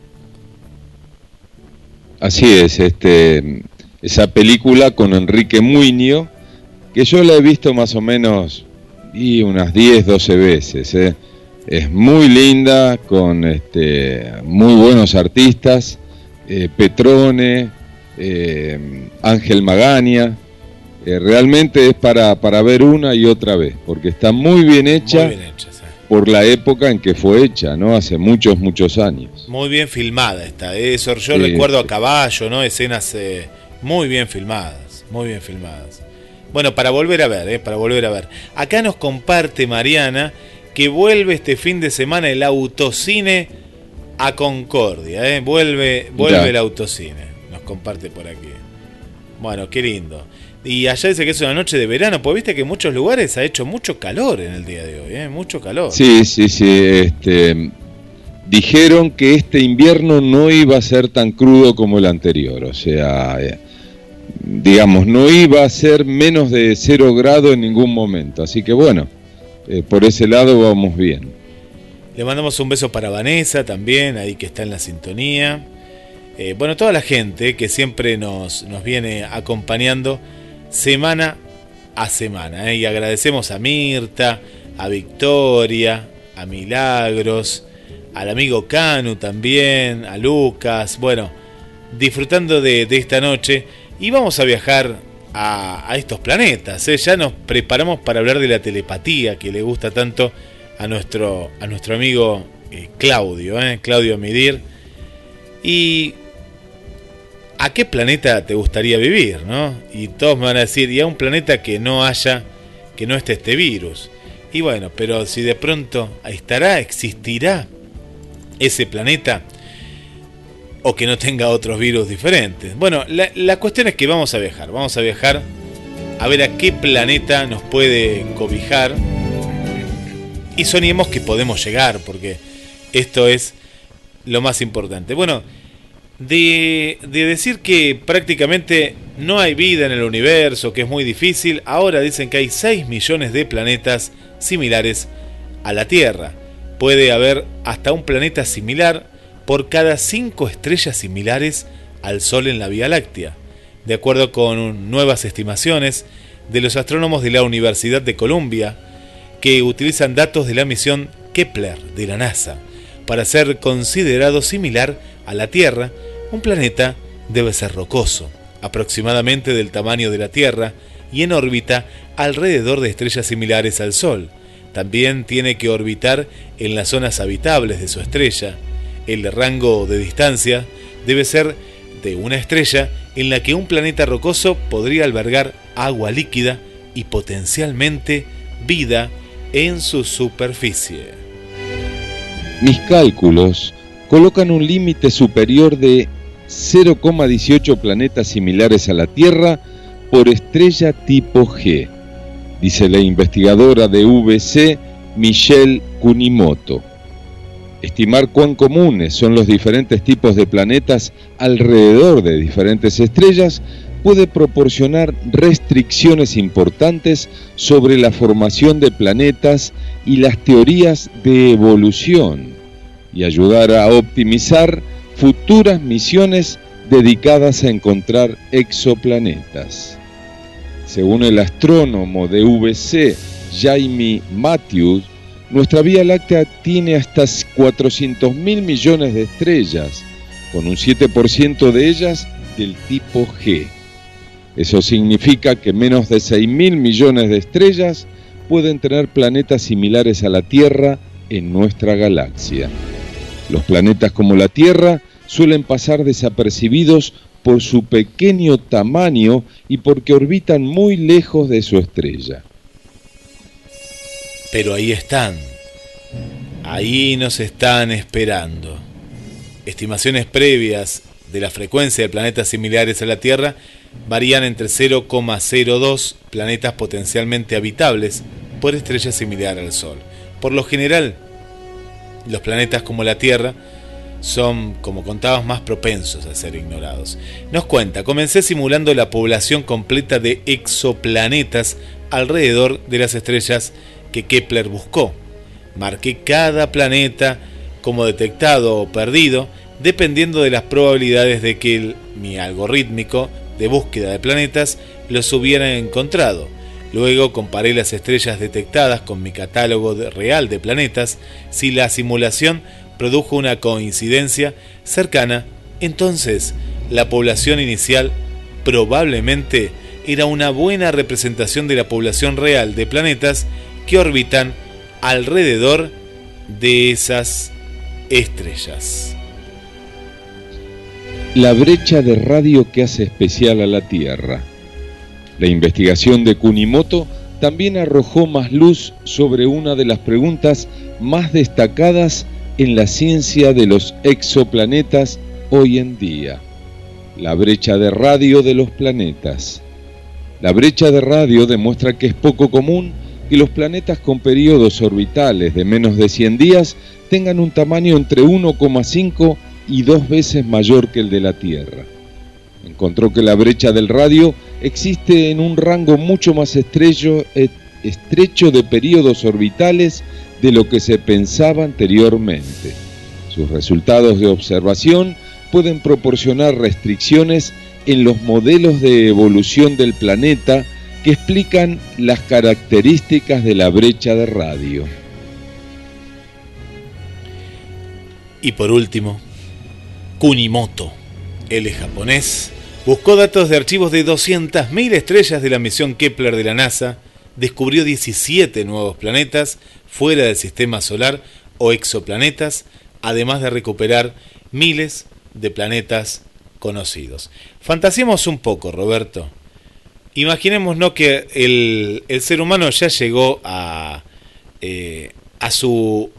S8: Así es, este, esa película con Enrique Muiño, que yo la he visto más o menos y unas diez, doce veces, ¿eh? Es muy linda, con este, muy buenos artistas, eh, Petrone, eh, Ángel Magaña, eh, realmente es para, para ver una y otra vez, porque está muy bien hecha, muy bien hecha, sí, por la época en que fue hecha, ¿no? Hace muchos, muchos años.
S2: Muy bien filmada está, eso yo sí, recuerdo a caballo, ¿no? Escenas eh, muy bien filmadas, muy bien filmadas. Bueno, para volver a ver, eh, para volver a ver. Acá nos comparte Mariana que vuelve este fin de semana el autocine a Concordia, eh. Vuelve, vuelve el autocine. Nos comparte por aquí. Bueno, qué lindo. Y allá dice que es una noche de verano, pues viste que en muchos lugares ha hecho mucho calor en el día de hoy, ¿eh? Mucho calor.
S8: Sí, sí, sí. Este, dijeron que este invierno no iba a ser tan crudo como el anterior, o sea, eh, digamos, no iba a ser menos de cero grado en ningún momento. Así que bueno, eh, por ese lado vamos bien.
S2: Le mandamos un beso para Vanessa también, ahí que está en la sintonía. Eh, bueno, toda la gente que siempre nos, nos viene acompañando semana a semana. ¿eh? Y agradecemos a Mirta, a Victoria, a Milagros, al amigo Canu también, a Lucas. Bueno, disfrutando de, de esta noche. Y vamos a viajar a, a estos planetas. ¿eh? Ya nos preparamos para hablar de la telepatía que le gusta tanto a nuestro, a nuestro amigo eh, Claudio, ¿eh? Claudio Midir. Y ¿a qué planeta te gustaría vivir, no? Y todos me van a decir, y a un planeta que no haya, que no esté este virus. Y bueno, pero si de pronto estará, existirá ese planeta, o que no tenga otros virus diferentes. Bueno, la, la cuestión es que vamos a viajar, vamos a viajar a ver a qué planeta nos puede cobijar. Y soñemos que podemos llegar, porque esto es lo más importante. Bueno, de, de decir que prácticamente no hay vida en el universo, que es muy difícil, ahora dicen que hay seis millones de planetas similares a la Tierra. Puede haber hasta un planeta similar por cada cinco estrellas similares al Sol en la Vía Láctea, de acuerdo con nuevas estimaciones de los astrónomos de la Universidad de Columbia, que utilizan datos de la misión Kepler de la NASA para ser considerado similar a la Tierra. Un planeta debe ser rocoso, aproximadamente del tamaño de la Tierra y en órbita alrededor de estrellas similares al Sol. También tiene que orbitar en las zonas habitables de su estrella. El rango de distancia debe ser de una estrella en la que un planeta rocoso podría albergar agua líquida y potencialmente vida en su superficie.
S8: Mis cálculos colocan un límite superior de cero coma dieciocho planetas similares a la Tierra por estrella tipo G, dice la investigadora de U B C, Michelle Kunimoto. Estimar cuán comunes son los diferentes tipos de planetas alrededor de diferentes estrellas puede proporcionar restricciones importantes sobre la formación de planetas y las teorías de evolución, y ayudar a optimizar futuras misiones dedicadas a encontrar exoplanetas. Según el astrónomo de U B C, Jamie Matthews, nuestra Vía Láctea tiene hasta cuatrocientos mil millones de estrellas, con un siete por ciento de ellas del tipo G. Eso significa que menos de seis mil millones de estrellas pueden tener planetas similares a la Tierra en nuestra galaxia. Los planetas como la Tierra suelen pasar desapercibidos por su pequeño tamaño y porque orbitan muy lejos de su estrella.
S2: Pero ahí están, ahí nos están esperando. Estimaciones previas de la frecuencia de planetas similares a la Tierra varían entre cero coma cero dos planetas potencialmente habitables por estrella similar al Sol. Por lo general, los planetas como la Tierra son, como contabas, más propensos a ser ignorados. Nos cuenta, comencé simulando la población completa de exoplanetas alrededor de las estrellas que Kepler buscó. Marqué cada planeta como detectado o perdido, dependiendo de las probabilidades de que el, mi algorítmico de búsqueda de planetas los hubiera encontrado. Luego comparé las estrellas detectadas con mi catálogo de, real de planetas. Si la simulación produjo una coincidencia cercana, entonces la población inicial probablemente era una buena representación de la población real de planetas que orbitan alrededor de esas estrellas.
S8: La brecha de radio que hace especial a la Tierra. La investigación de Kunimoto también arrojó más luz sobre una de las preguntas más destacadas en la ciencia de los exoplanetas hoy en día. la brecha de radio de los planetas. La brecha de radio demuestra que es poco común que los planetas con periodos orbitales de menos de cien días tengan un tamaño entre uno coma cinco y dos veces mayor que el de la Tierra. Encontró que la brecha del radio existe en un rango mucho más estrecho, estrecho de periodos orbitales de lo que se pensaba anteriormente. Sus resultados de observación pueden proporcionar restricciones en los modelos de evolución del planeta que explican las características de la brecha de radio.
S2: Y por último, Kunimoto, el japonés, buscó datos de archivos de doscientas mil estrellas de la misión Kepler de la NASA, descubrió diecisiete nuevos planetas fuera del sistema solar o exoplanetas, además de recuperar miles de planetas conocidos. Fantasiemos un poco, Roberto. Imaginémonos que el, el ser humano ya llegó a, eh, a su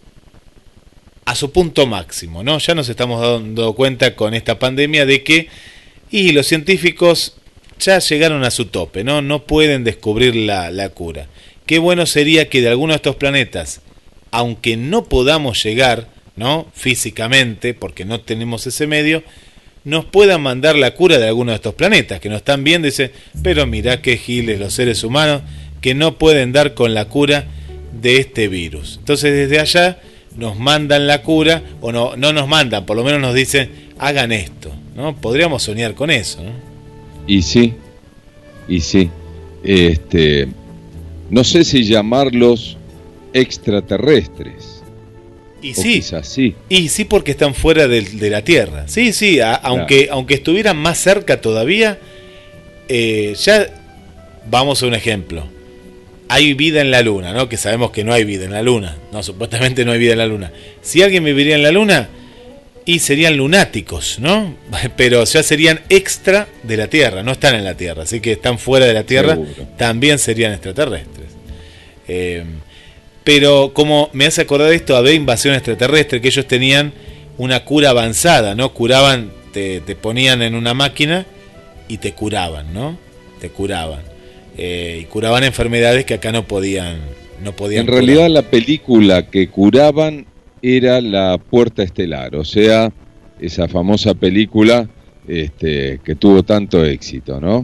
S2: a su punto máximo, ¿no? Ya nos estamos dando cuenta con esta pandemia de que y los científicos ya llegaron a su tope, ¿no? No pueden descubrir la, la cura. Qué bueno sería que de alguno de estos planetas, aunque no podamos llegar, ¿no? Físicamente, porque no tenemos ese medio, nos puedan mandar la cura de alguno de estos planetas, que nos están viendo y dicen, pero mirá qué giles los seres humanos que no pueden dar con la cura de este virus. Entonces desde allá nos mandan la cura, o no, no nos mandan, por lo menos nos dicen, hagan esto, ¿no? Podríamos soñar con eso, ¿no?
S8: Y sí, y sí. Este, no sé si llamarlos extraterrestres.
S2: Y sí,
S8: quizás sí.
S2: Y sí, porque están fuera de, de la Tierra. Sí, sí, a, claro. aunque, aunque estuvieran más cerca todavía, eh, ya vamos a un ejemplo. Hay vida en la Luna, ¿no? Que sabemos que no hay vida en la Luna. No, supuestamente no hay vida en la Luna. Si alguien viviría en la Luna, y serían lunáticos, ¿no? Pero ya serían extra de la Tierra, no están en la Tierra. Así que están fuera de la Tierra, seguro. También serían extraterrestres. Eh... Pero como me hace acordar de esto, había invasión extraterrestre, que ellos tenían una cura avanzada, ¿no? Curaban, te, te ponían en una máquina y te curaban, ¿no? Te curaban. Eh, y curaban enfermedades que acá no podían, no podían
S8: En
S2: curar.
S8: realidad la película que curaban era La Puerta Estelar, o sea, esa famosa película este, que tuvo tanto éxito, ¿no?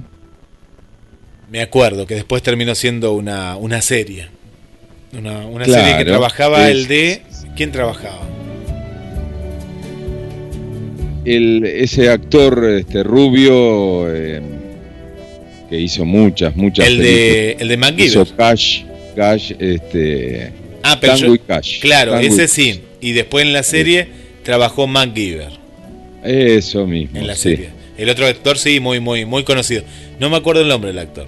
S2: Me acuerdo que después terminó siendo una, una serie. Una, una
S8: claro,
S2: serie que trabajaba
S8: es,
S2: el de... ¿Quién trabajaba?
S8: El, ese actor este, rubio eh, que hizo muchas, muchas
S2: el
S8: películas.
S2: De, el de MacGyver.
S8: Hizo Cash, Cash, este...
S2: Ah, pero
S8: Tango
S2: yo,
S8: y Cash.
S2: Claro,
S8: Tango
S2: ese
S8: y
S2: sí.
S8: Cash.
S2: Y después en la serie sí. Trabajó MacGyver.
S8: Eso mismo.
S2: En la
S8: sí.
S2: serie. El otro actor sí, muy, muy, muy conocido. No me acuerdo el nombre del actor.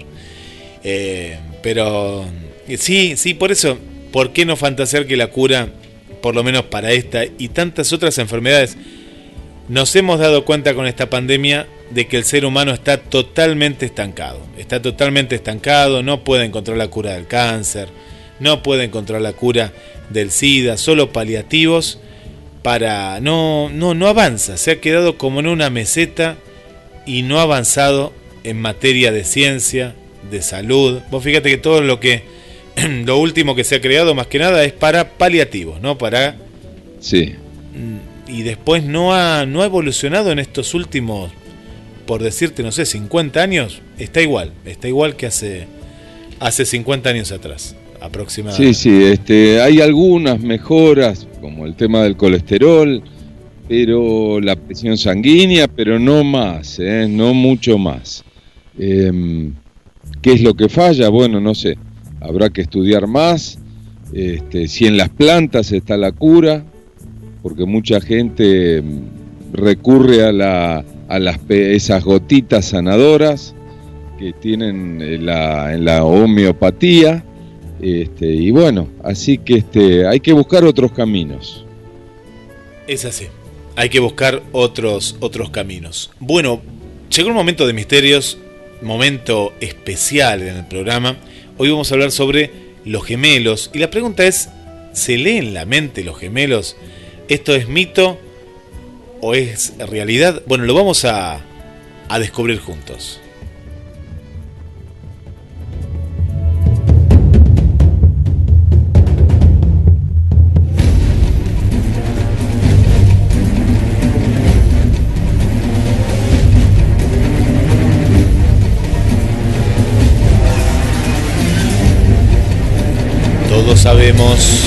S2: Eh, pero... Sí, sí, por eso, ¿por qué no fantasear que la cura, por lo menos para esta y tantas otras enfermedades, nos hemos dado cuenta con esta pandemia de que el ser humano está totalmente estancado? Está totalmente estancado, no puede encontrar la cura del cáncer, no puede encontrar la cura del SIDA, solo paliativos para... No, no, no avanza, se ha quedado como en una meseta y no ha avanzado en materia de ciencia, de salud. Vos fíjate que todo lo que... Lo último que se ha creado más que nada es para paliativos, ¿no? Para...
S8: Sí.
S2: Y después no ha, no ha evolucionado en estos últimos, por decirte, no sé, cincuenta años. Está igual, está igual que hace, hace cincuenta años atrás, aproximadamente.
S8: Sí, sí, este, hay algunas mejoras, como el tema del colesterol, pero la presión sanguínea, pero no más, ¿eh? No mucho más. Eh, ¿Qué es lo que falla? Bueno, no sé. Habrá que estudiar más, este, si en las plantas está la cura, porque mucha gente recurre a, la, a las, esas gotitas sanadoras que tienen en la, en la homeopatía, este, y bueno, así que este, hay que buscar otros caminos.
S2: Es así, hay que buscar otros, otros caminos. Bueno, llegó un momento de misterios, momento especial en el programa. Hoy vamos a hablar sobre los gemelos. Y la pregunta es, ¿se lee en la mente los gemelos? ¿Esto es mito o es realidad? Bueno, lo vamos a, a descubrir juntos. Todos sabemos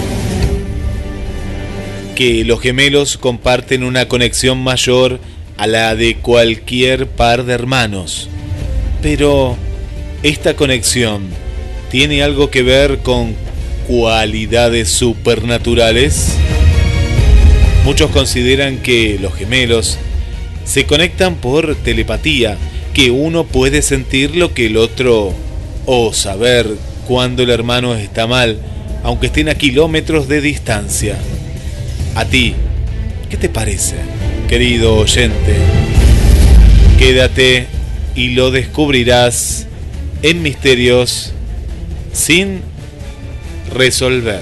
S2: que los gemelos comparten una conexión mayor a la de cualquier par de hermanos. Pero esta conexión tiene algo que ver con cualidades supernaturales. Muchos consideran que los gemelos se conectan por telepatía, que uno puede sentir lo que el otro o saber cuando el hermano está mal, aunque estén a kilómetros de distancia. A ti, ¿qué te parece, querido oyente? Quédate y lo descubrirás en Misterios sin resolver.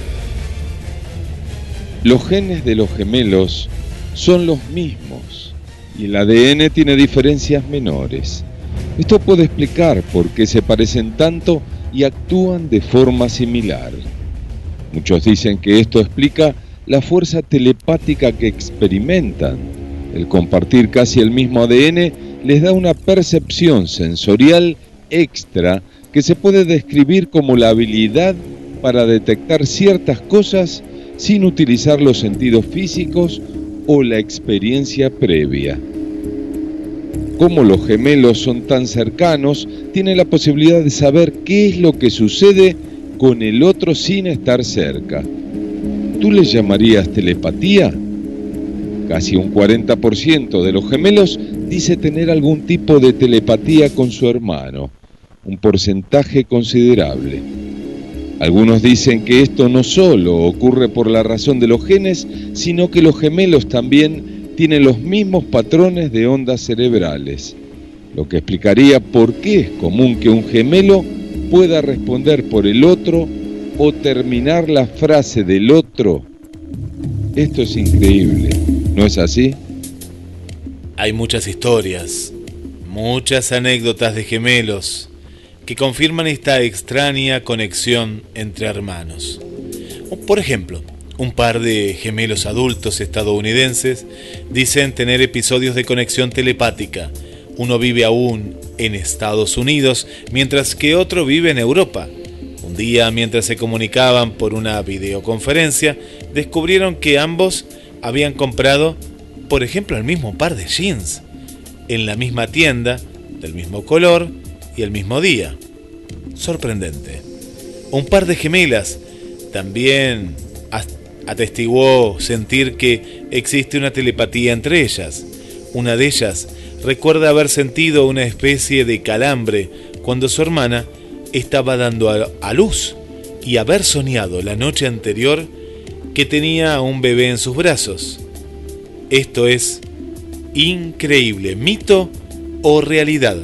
S8: Los genes de los gemelos son los mismos y el A D N tiene diferencias menores. Esto puede explicar por qué se parecen tanto y actúan de forma similar. Muchos dicen que esto explica la fuerza telepática que experimentan. El compartir casi el mismo A D N les da una percepción sensorial extra que se puede describir como la habilidad para detectar ciertas cosas sin utilizar los sentidos físicos o la experiencia previa. Como los gemelos son tan cercanos, tienen la posibilidad de saber qué es lo que sucede con el otro sin estar cerca. ¿Tú le llamarías telepatía? Casi un cuarenta por ciento de los gemelos dice tener algún tipo de telepatía con su hermano, un porcentaje considerable. Algunos dicen que esto no solo ocurre por la razón de los genes, sino que los gemelos también tienen los mismos patrones de ondas cerebrales, lo que explicaría por qué es común que un gemelo pueda responder por el otro o terminar la frase del otro. Esto es increíble, ¿no es así?
S2: Hay muchas historias, muchas anécdotas de gemelos que confirman esta extraña conexión entre hermanos. Por ejemplo, un par de gemelos adultos estadounidenses dicen tener episodios de conexión telepática. Uno vive aún en Estados Unidos, mientras que otro vive en Europa. Un día, mientras se comunicaban por una videoconferencia, descubrieron que ambos habían comprado, por ejemplo, el mismo par de jeans, en la misma tienda, del mismo color y el mismo día. Sorprendente. Un par de gemelas también atestiguó sentir que existe una telepatía entre ellas. Una de ellas recuerda haber sentido una especie de calambre cuando su hermana estaba dando a, a luz y haber soñado la noche anterior que tenía a un bebé en sus brazos. Esto es increíble, mito o realidad.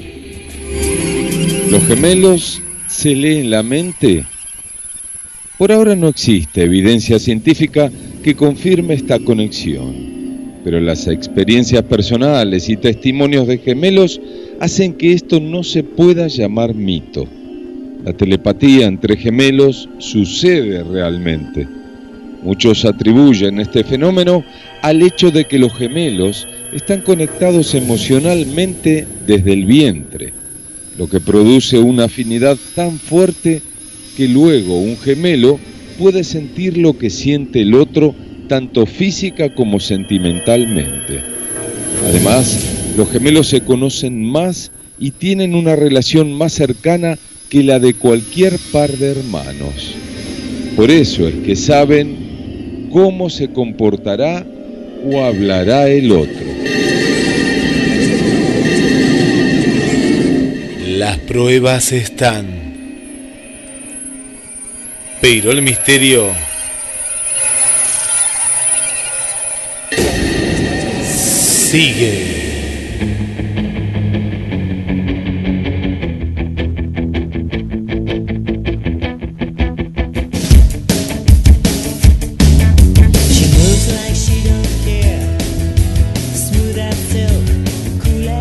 S8: ¿Los gemelos se leen la mente? Por ahora no existe evidencia científica que confirme esta conexión, pero las experiencias personales y testimonios de gemelos hacen que esto no se pueda llamar mito. La telepatía entre gemelos sucede realmente. Muchos atribuyen este fenómeno al hecho de que los gemelos están conectados emocionalmente desde el vientre, lo que produce una afinidad tan fuerte que luego un gemelo puede sentir lo que siente el otro tanto física como sentimentalmente. Además, los gemelos se conocen más y tienen una relación más cercana que la de cualquier par de hermanos. Por eso es que saben cómo se comportará o hablará el otro.
S2: Las pruebas están, pero el misterio sigue.
S11: She moves like she don't care, smooth as silk, cool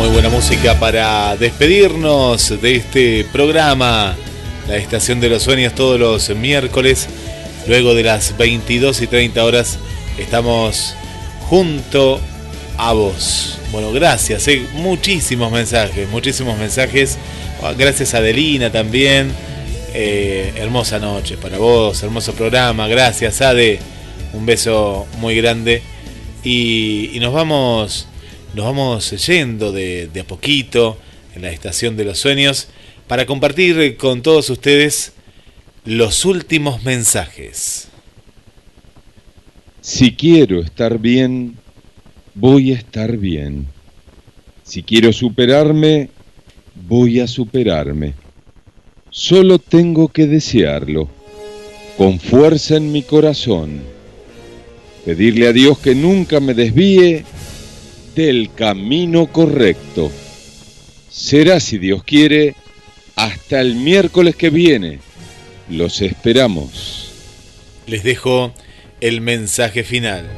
S2: Muy buena música para despedirnos de este programa, La Estación de los Sueños, todos los miércoles, luego de las veintidós y treinta horas, estamos junto a vos. Bueno, gracias, ¿eh? muchísimos mensajes, muchísimos mensajes. Gracias a Adelina también. Eh, hermosa noche para vos, hermoso programa. Gracias, Ade. Un beso muy grande. Y, y nos vamos, nos vamos yendo de, de a poquito en la Estación de los Sueños para compartir con todos ustedes los últimos mensajes.
S8: Si quiero estar bien, voy a estar bien. Si quiero superarme, voy a superarme. Solo tengo que desearlo, con fuerza en mi corazón. Pedirle a Dios que nunca me desvíe del camino correcto. Será, si Dios quiere, hasta el miércoles que viene. Los esperamos.
S2: Les dejo el mensaje final.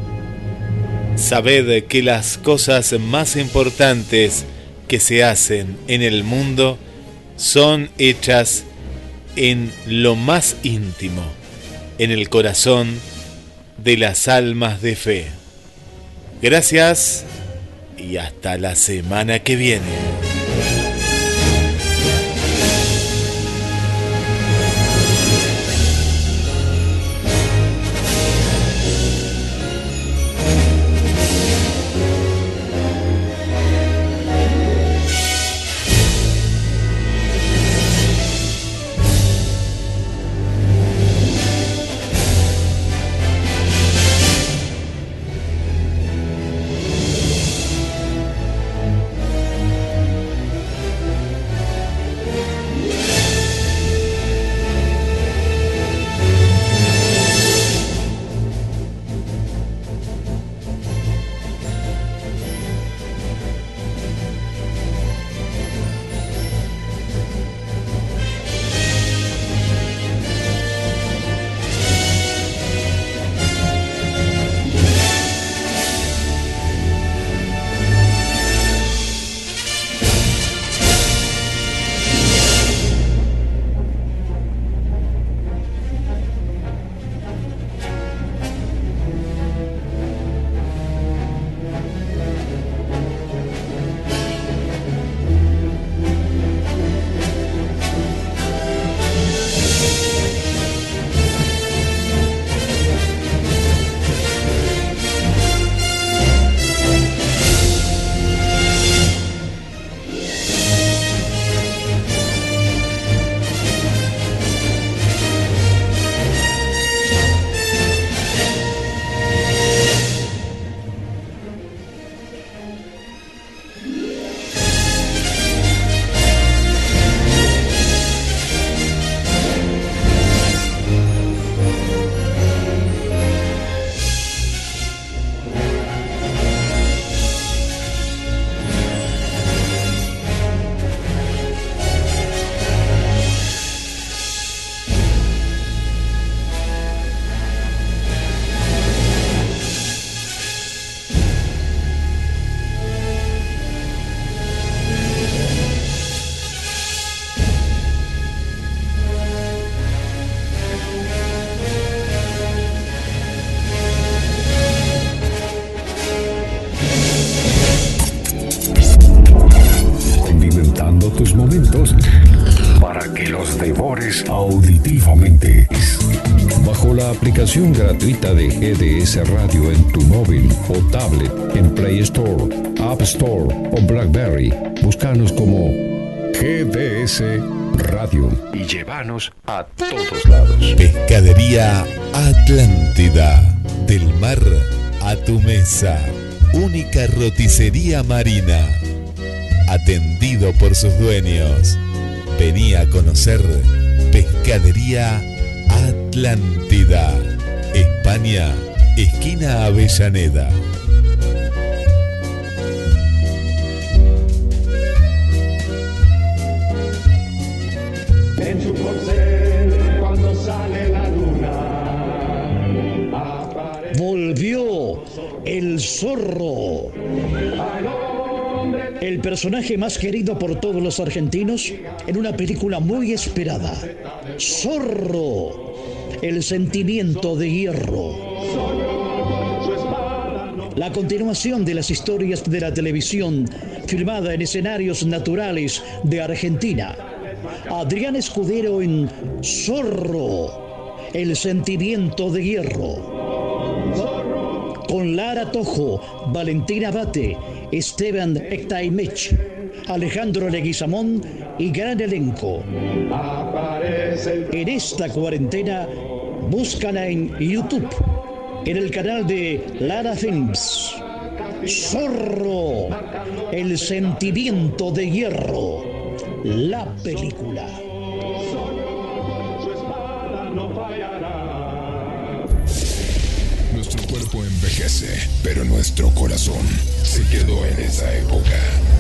S2: Sabed que las cosas más importantes que se hacen en el mundo son hechas en lo más íntimo, en el corazón de las almas de fe. Gracias y hasta la semana que viene.
S1: Tus momentos para que los devores auditivamente. Bajo la aplicación gratuita de G D S Radio en tu móvil o tablet, en Play Store, App Store o BlackBerry, búscanos como G D S Radio y llévanos a todos lados.
S2: Pescadería Atlántida, del mar a tu mesa, única roticería marina. Atendido por sus dueños. Vení a conocer Pescadería Atlántida, España, esquina Avellaneda.
S6: En su corcel, cuando sale la luna,
S7: volvió el zorro.
S6: ¡Aló!
S7: El personaje más querido por todos los argentinos en una película muy esperada. Zorro, el sentimiento de hierro. La continuación de las historias de la televisión filmada en escenarios naturales de Argentina. Adrián Escudero en Zorro, el sentimiento de hierro. Con Lara Tojo, Valentina Bate, Esteban Ektaimech, Alejandro Leguizamón y gran elenco. En esta cuarentena, búscala en YouTube, en el canal de Lara Films. Zorro, el sentimiento de hierro, la película.
S1: Nuestro cuerpo envejece, pero nuestro corazón se quedó en esa época.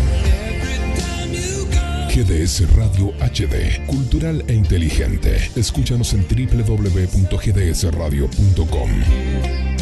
S1: G D S Radio H D, cultural e inteligente. Escúchanos en doble u doble u doble u punto g d s radio punto com.